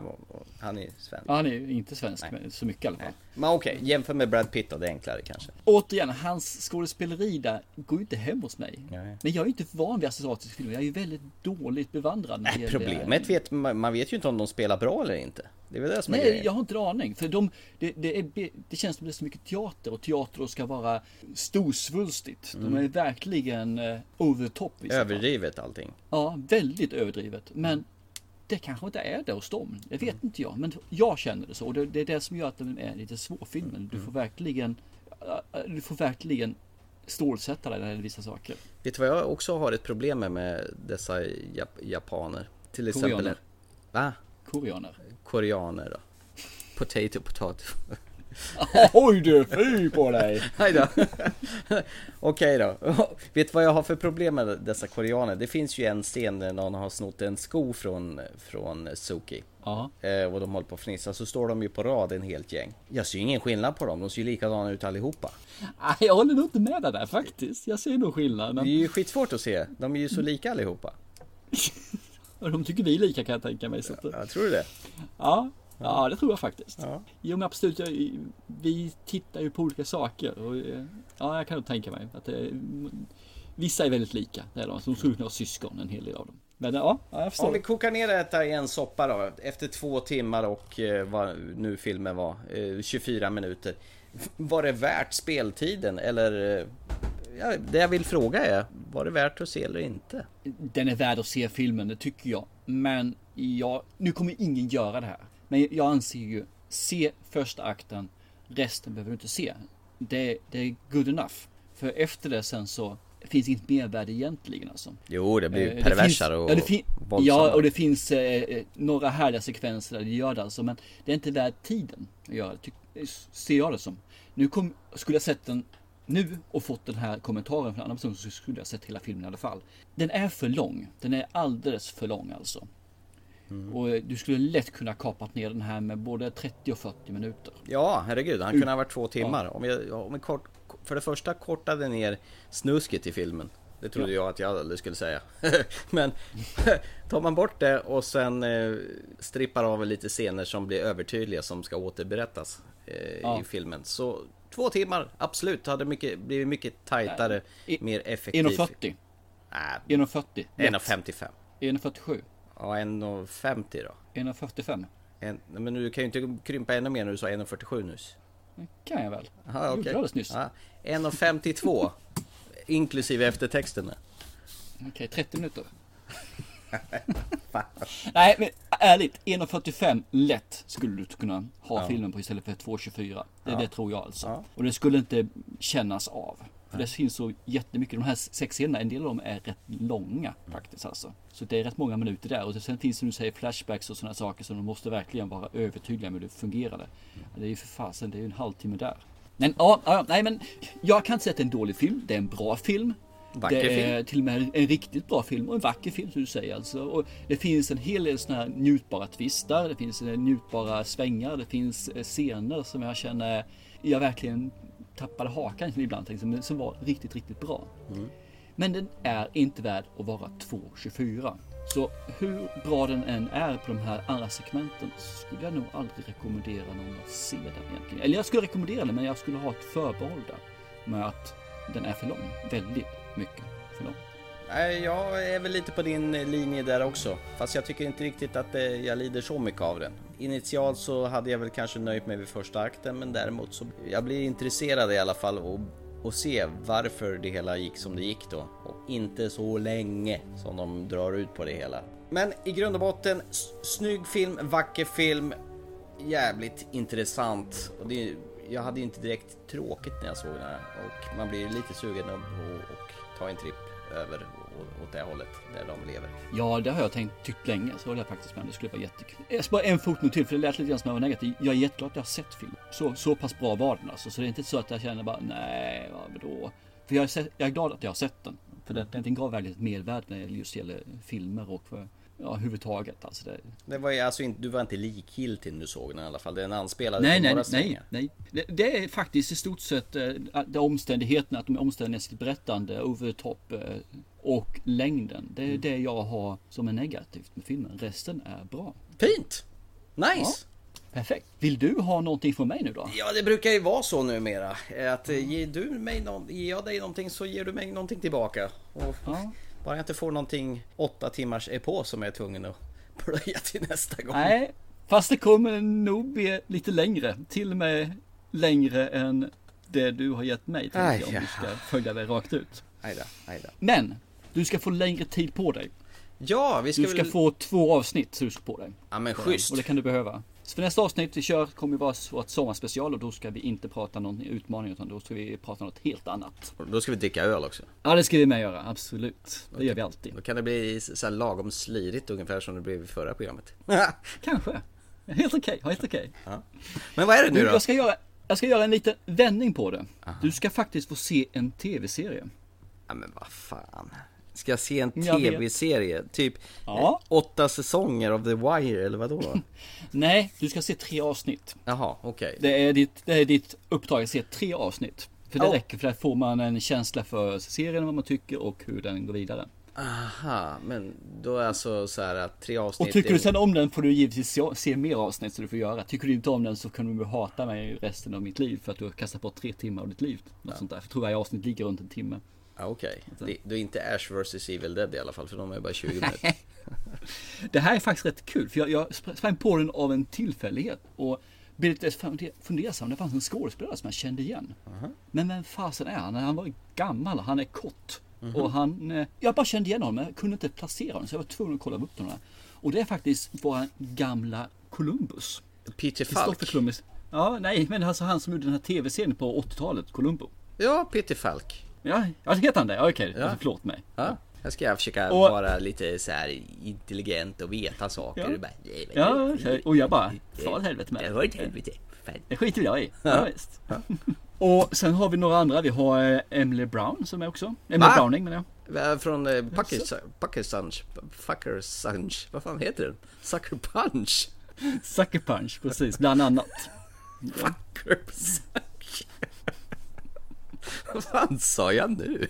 Han är svensk. Ja, han är inte svensk, men så mycket i alla fall. Men okej, jämför med Brad Pitt då, det är enklare kanske. Återigen, hans skådespeleri där går ju inte hem hos mig. Nej. Men jag är ju inte van vid asiatiska filmer. Jag är ju väldigt dåligt bevandrad. Problemet man vet ju inte om de spelar bra eller inte. Det är väl det som är grejen. grejen. Jag har inte en aning. För det känns som det är så mycket teater. Och teater ska vara storsvulstigt. De är verkligen over top. Överdrivet allting. Ja, väldigt överdrivet. Men det kanske inte är det hos dem. Det vet inte jag. Men jag känner det så. Och det är det som gör att den är lite svår filmen. Du får verkligen stålsätta dig när det är vissa saker. Vet du vad jag också har ett problem med dessa japaner? Till exempel. Va? Koreaner då. Potato. Oj du, fy på dig. Nej då. Okej då. Vet du vad jag har för problem med dessa koreaner? Det finns ju en scen där någon har snott en sko från Suki. Ja. Och de håller på att fnissa. Så står de ju på rad en helt gäng. Jag ser ju ingen skillnad på dem. De ser ju likadana ut allihopa. Jag håller nog inte med där faktiskt. Jag ser nog skillnad. Men... Det är ju skitsvårt att se. De är ju så lika allihopa. De tycker vi är lika, kan jag tänka mig. Så att... Jag tror det. Ja, det tror jag faktiskt. Ja. Jo, men absolut. Vi tittar ju på olika saker. Och, ja, jag kan nog tänka mig att vissa är väldigt lika. Det är de som skulle kunna ha syskon, en hel del av dem. Men ja, jag förstår. Om vi kokar ner detta i en soppa då. Efter 2 timmar och vad nu filmen var, 24 minuter. Var det värt speltiden? Eller... det jag vill fråga är, var det värt att se eller inte? Den är värd att se filmen, det tycker jag. Men nu kommer ingen göra det här. Men jag anser ju, se första akten, resten behöver du inte se. Det är good enough. För efter det sen så finns inget mervärde egentligen alltså. Jo, det blir perversare och våldsammare. Ja, och det finns några härliga sekvenser där det gör det alltså. Men det är inte värt tiden att göra det, ser jag det som. Skulle jag sett den nu och fått den här kommentaren från en annan person, så skulle jag sett hela filmen i alla fall. Den är för lång. Den är alldeles för lång alltså. Och du skulle lätt kunna kapat ner den här med både 30 och 40 minuter. Ja, herregud. Han kunde ha varit 2 timmar. Ja. Om vi för det första kortade ner snusket i filmen. Det trodde jag att jag aldrig skulle säga. Men tar man bort det och sen strippar av lite scener som blir övertydliga, som ska återberättas i filmen, så 2 timmar, absolut. Det hade blivit mycket tajtare, mer effektivt. 1,40. 1,40. 1,55. 1,47. Ja, 1,50 då. 1,45. Men du kan ju inte krympa ännu mer när du sa 1,47 nyss. Det kan jag väl. Aha, okay. Alldeles nyss. 1,52 inklusive eftertexterna. Okej, 30 minuter. Nej, men ärligt, 1,45 lätt skulle du kunna ha filmen på istället för 2,24. Det tror jag alltså. Ja. Och det skulle inte kännas av. För det finns så jättemycket. De här 6 scenerna, en del av dem är rätt långa faktiskt alltså. Så det är rätt många minuter där. Och sen finns det, som du säger, flashbacks och sådana saker som de måste verkligen vara övertydliga med hur det fungerade. Det är ju för fasen, det är ju en halvtimme där. Men nej, men jag kan inte säga att det är en dålig film. Det är en bra film. Det är till och med en riktigt bra film och en vacker film, som du säger alltså. Och det finns en hel del såna här njutbara twistar, det finns njutbara svängar, det finns scener som jag känner jag verkligen tappade hakan ibland liksom, som var riktigt, riktigt bra. Men den är inte värd att vara 2,24. Så hur bra den än är på de här andra segmenten skulle jag nog aldrig rekommendera någon att se den egentligen. Eller jag skulle rekommendera den, men jag skulle ha ett förbehåll där med att den är för lång. Väldigt mycket för lång. Nej, jag är väl lite på din linje där också. Fast jag tycker inte riktigt att jag lider så mycket av den. Initialt så hade jag väl kanske nöjt mig vid första akten, men däremot så jag blir intresserad i alla fall och se varför det hela gick som det gick då. Och inte så länge som de drar ut på det hela. Men i grund och botten, snygg film, vacker film, jävligt intressant. Och jag hade inte direkt tråkigt när jag såg den här. Och man blir lite sugen att ta en tripp över åt det hållet där de lever. Ja, det har jag tyckt länge, så håller jag faktiskt med. Det skulle vara jättekul. Jag ska bara en fotnot till, för det lät lite grann som jag var negativ. Jag är jätteglad att jag har sett film. Så pass bra var den alltså. Så det är inte så att jag känner bara, nej, vadå? För jag är glad att jag har sett den. För det är inte en gav väldigt mervärde när det just gäller filmer och för huvudtaget. Alltså det var ju alltså inte, du var inte likgiltig när du såg den i alla fall. Den anspelade på några strängar. Nej. Det är faktiskt i stort sett de omständigheterna, att de är omständighetsmässigt berättande, over the top och längden. Det är det jag har som är negativt med filmen. Resten är bra. Fint! Nice! Ja, perfekt. Vill du ha någonting från mig nu då? Ja, det brukar ju vara så numera. Att ger jag dig någonting så ger du mig någonting tillbaka. Och bara jag inte får någonting 8 timmars på som jag är tvungen att plöja till nästa gång. Nej, fast det kommer nog bli lite längre. Till och med längre än det du har gett mig. Om du ska följa det rakt ut. Ajda. Men du ska få längre tid på dig. Ja, du ska få 2 avsnitt så du ska på dig. Ja, men schysst. Och det kan du behöva. Så för nästa avsnitt vi kör kommer ju vara ett sommarspecial, och då ska vi inte prata någon utmaning, utan då ska vi prata något helt annat. Och då ska vi dricka öl också. Ja, det ska vi med göra, absolut. Det gör vi alltid. Då kan det bli så här lagom slirigt ungefär som det blev i förra programmet. Kanske. Helt okej. Ja. Men vad är det nu då? Jag ska göra en liten vändning på det. Aha. Du ska faktiskt få se en tv-serie. Ja, men vad fan. Ska jag se en tv-serie? Typ 8 säsonger av The Wire eller vadå? Nej, du ska se 3 avsnitt. Jaha, okej. Det är ditt uppdrag att se 3 avsnitt. För det räcker, för att får man en känsla för serien, vad man tycker och hur den går vidare. Aha, men då är alltså så här att 3 avsnitt. Och tycker du sen om den får du givetvis se mer avsnitt, så du får göra. Tycker du inte om den så kan du hata mig resten av mitt liv för att du har kastat bort 3 timmar av ditt liv. Något sånt där. För jag tror varje avsnitt ligger runt en timme. Okej. Det är inte Ash vs Evil Dead i alla fall, för de är bara 20 minuter. Det här är faktiskt rätt kul, för jag sprang på den av en tillfällighet och blev lite fundersam. Det fanns en skådespelare som jag kände igen. Men vem fasen är han? Han var gammal, han är kort. Och jag bara kände igen honom, men jag kunde inte placera honom, så jag var tvungen att kolla upp honom. Och det är faktiskt vår gamla Columbus. Peter Falk. Ja, nej, men alltså han som gjorde den här tv-serien på 80-talet, Columbo. Ja, Peter Falk. Ja, heter han det? Okej, förlåt mig. Ja. Jag ska försöka vara lite så här intelligent och veta saker. Och jag bara, fan helvete med. Det var ett helvete. Det skiter jag i. Ja, visst. Och sen har vi några andra. Vi har Emily Brown som är också. Emily Browning menar jag. Från Fucker Sunch. Vad fan heter den? Sucker Punch. Sucker Punch, precis. Bland annat. Fucker Sunch. Vad fan sa jag nu?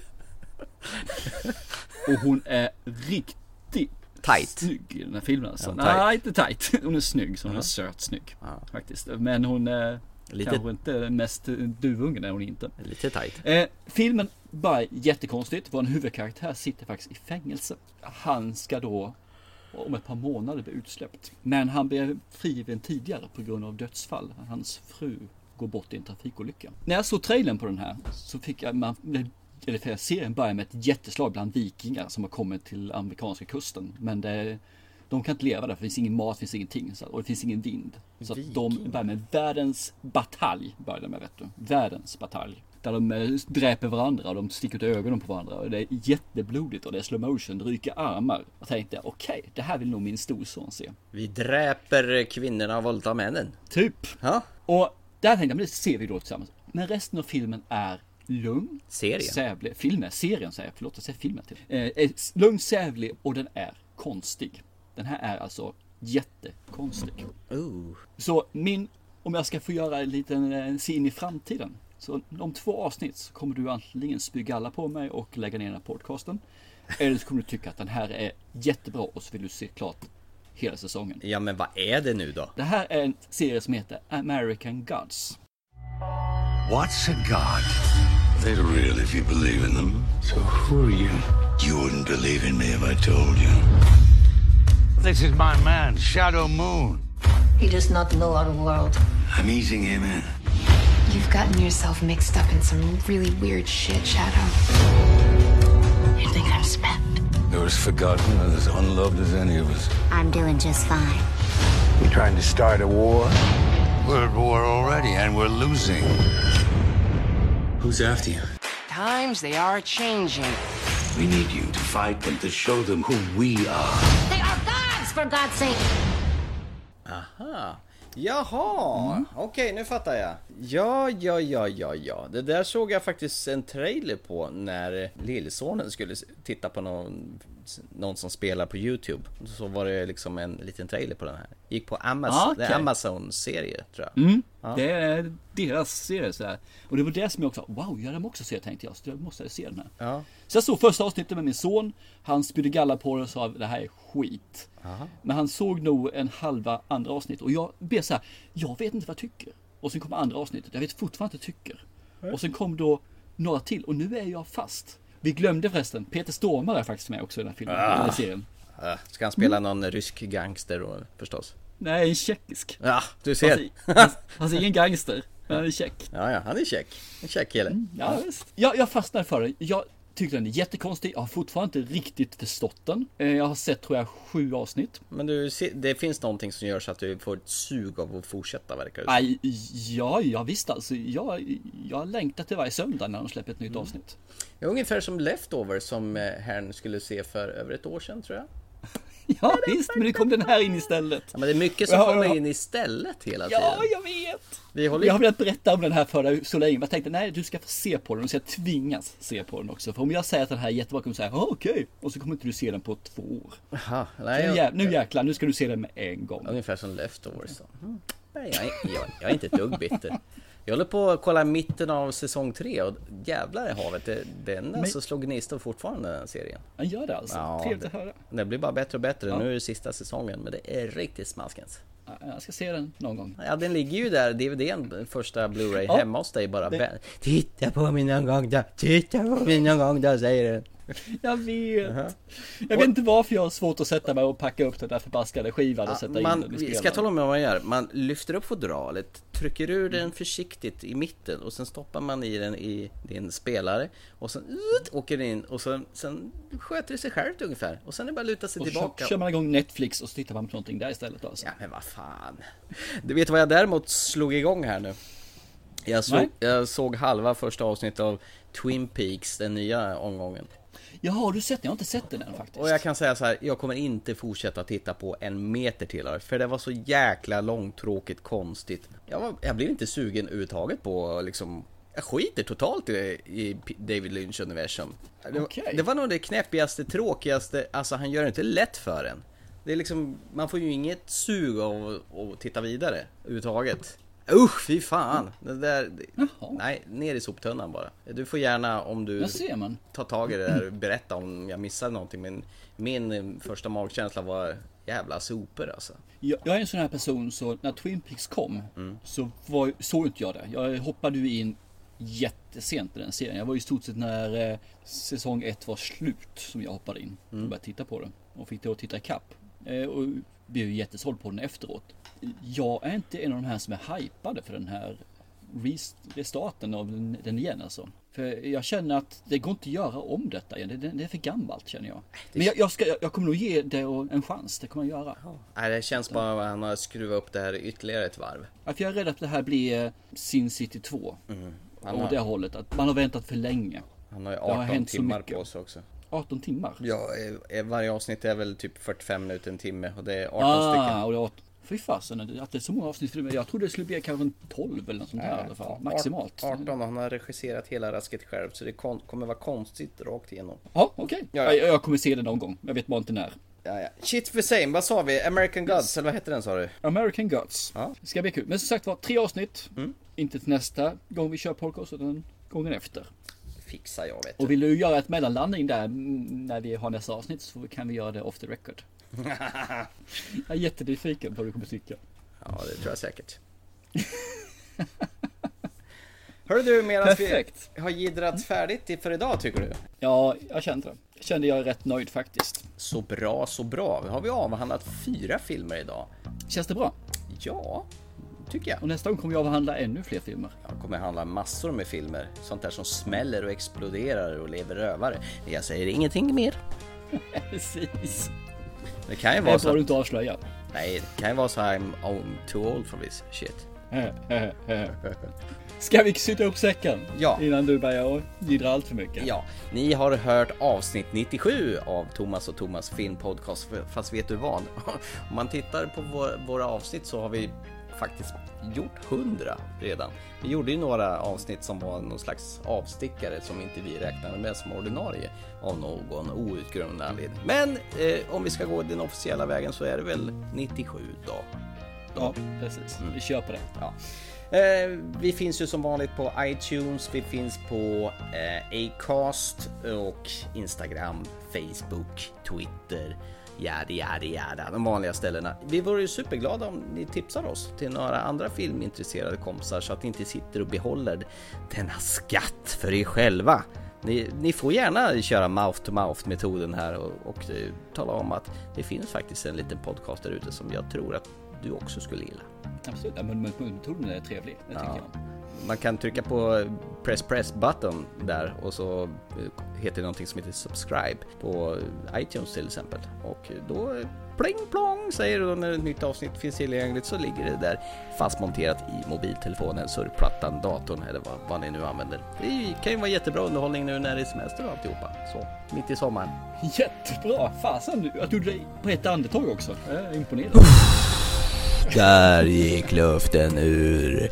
Och hon är riktigt snygg i den här filmen alltså. Nej, inte tight. Hon är snygg, så hon är söt snygg faktiskt. Men hon är Kanske inte den mest duvungen är hon inte. Lite tajt. Filmen bara jättekonstigt. Vår huvudkaraktär sitter faktiskt i fängelse. Han ska då om ett par månader bli utsläppt. Men han blev frigiven tidigare på grund av dödsfall. Hans fru går bort i en trafikolycka. När jag såg trailern på den här så fick jag serien börjar med ett jätteslag bland vikingar som har kommit till amerikanska kusten. Men de kan inte leva där, för det finns ingen mat, det finns ingenting och det finns ingen vind. Så att de börjar med världens batalj, världens batalj. Där de dräper varandra och de sticker ut ögonen på varandra. Och det är jätteblodigt och det är slow motion, det ryker armar. Jag tänkte, okej, det här vill nog min storson se. Vi dräper kvinnorna och våldtar männen. Typ. Ja. Och där tänkte jag, men det ser vi då tillsammans. Men resten av filmen är lugn. Serien? Serien säger jag, förlåt, jag säger filmen till. Lugn, sävlig och den är konstig. Den här är alltså jättekonstig. Så om jag ska få göra en liten se in i framtiden. Så om 2 avsnitt så kommer du antingen spy alla på mig och lägga ner den här podcasten. Eller så kommer du tycka att den här är jättebra och så vill du se klart hela säsongen. Ja, men vad är det nu då? Det här är en serie som heter American Gods. What's a god? They're real if you believe in them. So who are you? You wouldn't believe in me if I told you. This is my man, Shadow Moon. He does not know our world. I'm easing him in. You've gotten yourself mixed up in some really weird shit, Shadow. You think I'm spent? You're as forgotten and as unloved as any of us. I'm doing just fine. You trying to start a war? We're at war already and we're losing. Who's after you? Times, they are changing. We need you to fight them, to show them who we are. They are gods, for God's sake! Aha. Jaha, okej, nu fattar jag. Ja. Det där såg jag faktiskt en trailer på när lillsonen skulle titta på någon som spelar på YouTube. Så var det liksom en liten trailer på den här. Gick på Amazon, det är Amazon-serie tror jag. Det är deras serie så här. Och det var det som jag också, wow, jag måste se, tänkte jag. Så jag måste se den här. Ja. Så jag såg första avsnittet med min son. Han spydde galla på det och sa, det här är skit. Aha. Men han såg nog en halva andra avsnitt. Och jag blev så här, jag vet inte vad jag tycker. Och sen kom andra avsnittet, jag vet fortfarande inte vad jag tycker. Och sen kom då några till, och nu är jag fast. Vi glömde förresten, Peter Stormare är faktiskt med också i den här filmen, i den här serien. Ska han spela någon rysk gangster då, förstås? Nej, en tjeckisk. Ja, du ser. Han är ingen gangster, men han är tjeck. Ja, han är tjeck. En tjeck kille. Ja, visst. Jag fastnade för det. Jag tyckte den är jättekonstig. Jag har fortfarande inte riktigt förstått den. Jag har sett, tror jag, 7 avsnitt. Men det finns någonting som gör så att du får ett sug av att fortsätta, verkar det. Aj, ja, visst alltså. Jag längtar till varje söndag när de släpper ett nytt avsnitt. Ungefär som Leftover som herrn skulle se för över ett år sedan, tror jag. Ja, visst, men nu kom den här in istället. Ja, men det är mycket som kommer in istället hela tiden. Ja, jag vet. Jag har velat berätta om den här för dig så länge. Jag tänkte, nej, du ska få se på den. Och så jag tvingas se på den också. För om jag säger att den här är jättebra, kommer du säga, okej. Och så kommer inte du se den på 2 år. Aha, nu jäklar, nu ska du se den med en gång. Ungefär som Leftovers. Nej, jag är inte ett dugg bitter. Jag håller på att kolla mitten av säsong 3 och jävlar i havet, den så slog gnistor fortfarande, den serien. Ja, gör det alltså. Ja, trevligt att höra. Det blir bara bättre och bättre. Nu är det sista säsongen, men det är riktigt smaskens. Jag ska se den någon gång. Ja, den ligger ju där, DVD:n, första Blu-ray hemma hos dig bara. Titta på mig någon gång då, säger den. Jag vet. Jag vet inte varför jag har svårt att sätta mig och packa upp den där förbaskade skivan och sätta in den i spelaren. Ska jag tala om vad man gör? Man lyfter upp fodralet, trycker ur den försiktigt i mitten och sen stoppar man i den i din spelare och sen åker den in och sen sköter det sig självt ungefär. Och sen är det bara att luta sig tillbaka. Och kör man igång Netflix och så tittar man på någonting där istället alltså. Ja, men vad fan. Du vet vad jag däremot slog igång här nu? Jag såg halva första avsnittet av Twin Peaks, den nya omgången. Ja, har du sett den? Jag har inte sett den än faktiskt. Och jag kan säga så här, jag kommer inte fortsätta titta på en meter till här, för det var så jäkla långtråkigt, konstigt. Jag blev inte sugen överhuvudtaget på liksom. Jag skiter totalt i David Lynch-universum. Det var nog det knäppigaste, tråkigaste. Alltså han gör det inte lätt för en. Det är liksom, man får ju inget sug av att titta vidare överhuvudtaget. Fy fan. Det där, nej, ner i soptunnan bara. Du får gärna, om du tar tag i det där, berätta om jag missade någonting. Men min första magkänsla var jävla super alltså. Jag är en sån här person så när Twin Peaks kom så såg inte jag det. Jag hoppade ju in jättesent i den serien. Jag var i stort sett när säsong 1 var slut som jag hoppade in och började titta på den. Och fick då titta ikapp. Och blev ju jättesåld på den efteråt. Jag är inte en av de här som är hypade för den här restarten av den igen alltså. För jag känner att det går inte att göra om detta igen. Det är för gammalt känner jag. Men jag kommer nog ge det en chans. Det kommer jag göra. Nej, det känns bara att han har skruvat upp det här ytterligare ett varv. För jag är rädd att det här blir Sin City 2. Och det hållet. Att man har väntat för länge. Han har ju 18 timmar på sig också. 18 timmar? Ja, varje avsnitt är väl typ 45 minuter, en timme. Och det är 18 stycken. Och det är fy fasen, att det är så många avsnitt. Jag trodde det skulle bli kanske 12 eller något sånt här i alla fall. Maximalt. 18 och han har regisserat hela rasket själv. Så det kommer vara konstigt rakt igenom. Ja, okej. Ja. Jag kommer se det någon gång. Jag vet bara inte när. Ja. Shit for same, vad sa vi? American Gods, eller vad hette den sa du? American Gods. Ja. Det ska bli kul. Men som sagt var, 3 avsnitt. Inte till nästa gång vi kör podcast utan gången efter. Fixar jag vet du. Och vill du göra ett mellanlandning där när vi har nästa avsnitt så kan vi göra det off the record. Jag är jättenyfiken på vad du kommer tycka. Ja, det tror jag säkert. Hör du, medan vi har gidrat färdigt för idag tycker du? Ja, jag kände det. Jag är rätt nöjd faktiskt. Så bra, så bra. Har vi avhandlat 4 filmer idag? Känns det bra? Ja, tycker jag. Och nästa gång kommer jag avhandla ännu fler filmer. Jag kommer handla massor med filmer. Sånt där som smäller och exploderar och lever rövare. Jag säger ingenting mer. Precis. Det kan ju vara så. Det får du inte avslöja. Nej, det kan ju vara så här I'm too old for this shit. Ska vi sitta upp säcken? Ja. Innan du börjar gidra allt för mycket. Ja, ni har hört avsnitt 97 av Thomas och Thomas filmpodcast. Fast vet du vad? Om man tittar på våra avsnitt så har vi faktiskt gjort 100 redan. Vi gjorde ju några avsnitt som var någon slags avstickare som inte vi räknade med som ordinarie av någon outgrundlig anledning. Men om vi ska gå den officiella vägen så är det väl 97 då. Ja, precis. Vi kör på det. Ja. Vi finns ju som vanligt på iTunes, vi finns på Acast och Instagram, Facebook, Twitter, jada, de vanliga ställena. Vi vore ju superglada om ni tipsar oss till några andra filmintresserade kompisar så att ni inte sitter och behåller denna skatt för er själva. Ni får gärna köra mouth-to-mouth-metoden här och tala om att det finns faktiskt en liten podcast där ute som jag tror att du också skulle gilla. Absolut, men metoden är trevlig, det tycker jag. Man kan trycka på press button där och så heter det någonting som heter subscribe på iTunes till exempel. Och då pling plong säger du när ett nytt avsnitt finns tillgängligt så ligger det där fastmonterat i mobiltelefonen, surfplattan, datorn eller vad ni nu använder. Det kan ju vara jättebra underhållning nu när det är semester och alltihopa. Så, mitt i sommaren. Jättebra, fasen jag gjorde det på ett andetag också. Jag är imponerad. Där gick luften ur.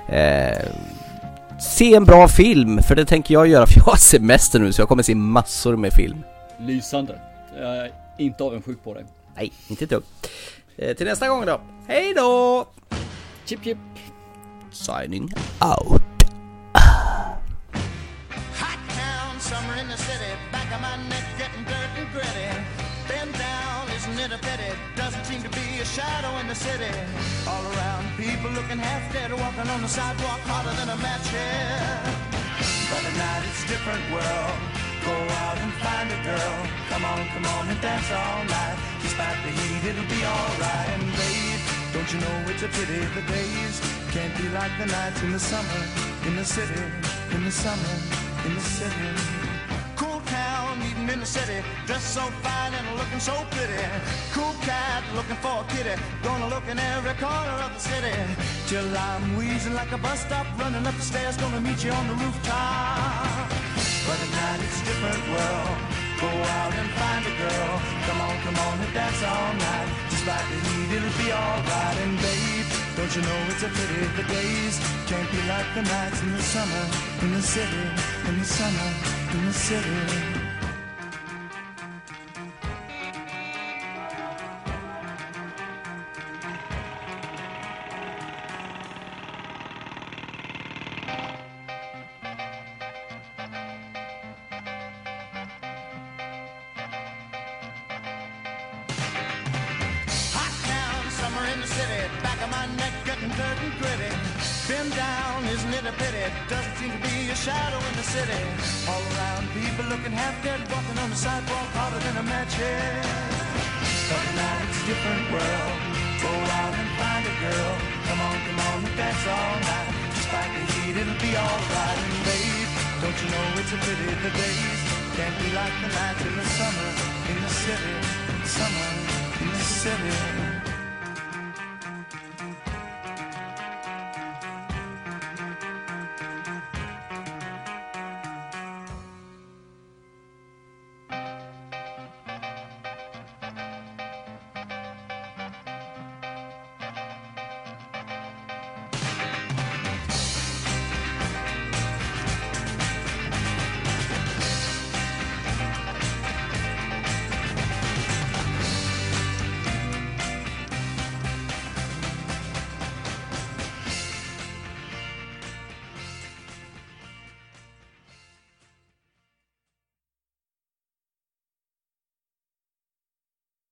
Se en bra film, för det tänker jag göra för jag har semester nu så jag kommer se massor med film. Lysande. Jag är inte avundsjuk på dig. Nej, inte ett dugg. Till nästa gång då. Hej då! Chip chip. Signing out. Hot town, summer in the city. Back of my neck getting dirt and gritty. Bend down, isn't it a pity? Doesn't seem to be a shadow in the city. All around, people looking half dead, walking on the sidewalk harder than a match here. But at night it's a different world. Go out and find a girl. Come on and dance all night. Despite the heat, it'll be alright. And babe, don't you know it's a pity the days can't be like the nights in the summer, in the city, in the summer, in the city. Cool town, meeting in the city, dressed so fine and looking so pretty. Cool cat, looking for a kitty, gonna look in every corner of the city. Till I'm wheezing like a bus stop, running up the stairs, gonna meet you on the rooftop. But at night it's a different world. Go out and find a girl. Come on and dance all night. Despite the heat, it'll be alright. And babe, don't you know it's a pity the days can't be like the nights in the summer, in the city, in the summer, in the city. a pity? Doesn't seem to be a shadow in the city. All around, people looking half dead, walking on the sidewalk harder than a match head. But now it's a different world. Go out and find a girl. Come on, and dance all night. Despite the heat, it'll be alright. And babe, don't you know it's a pity the days can't be like the nights in the summer in the city. Summer in the city.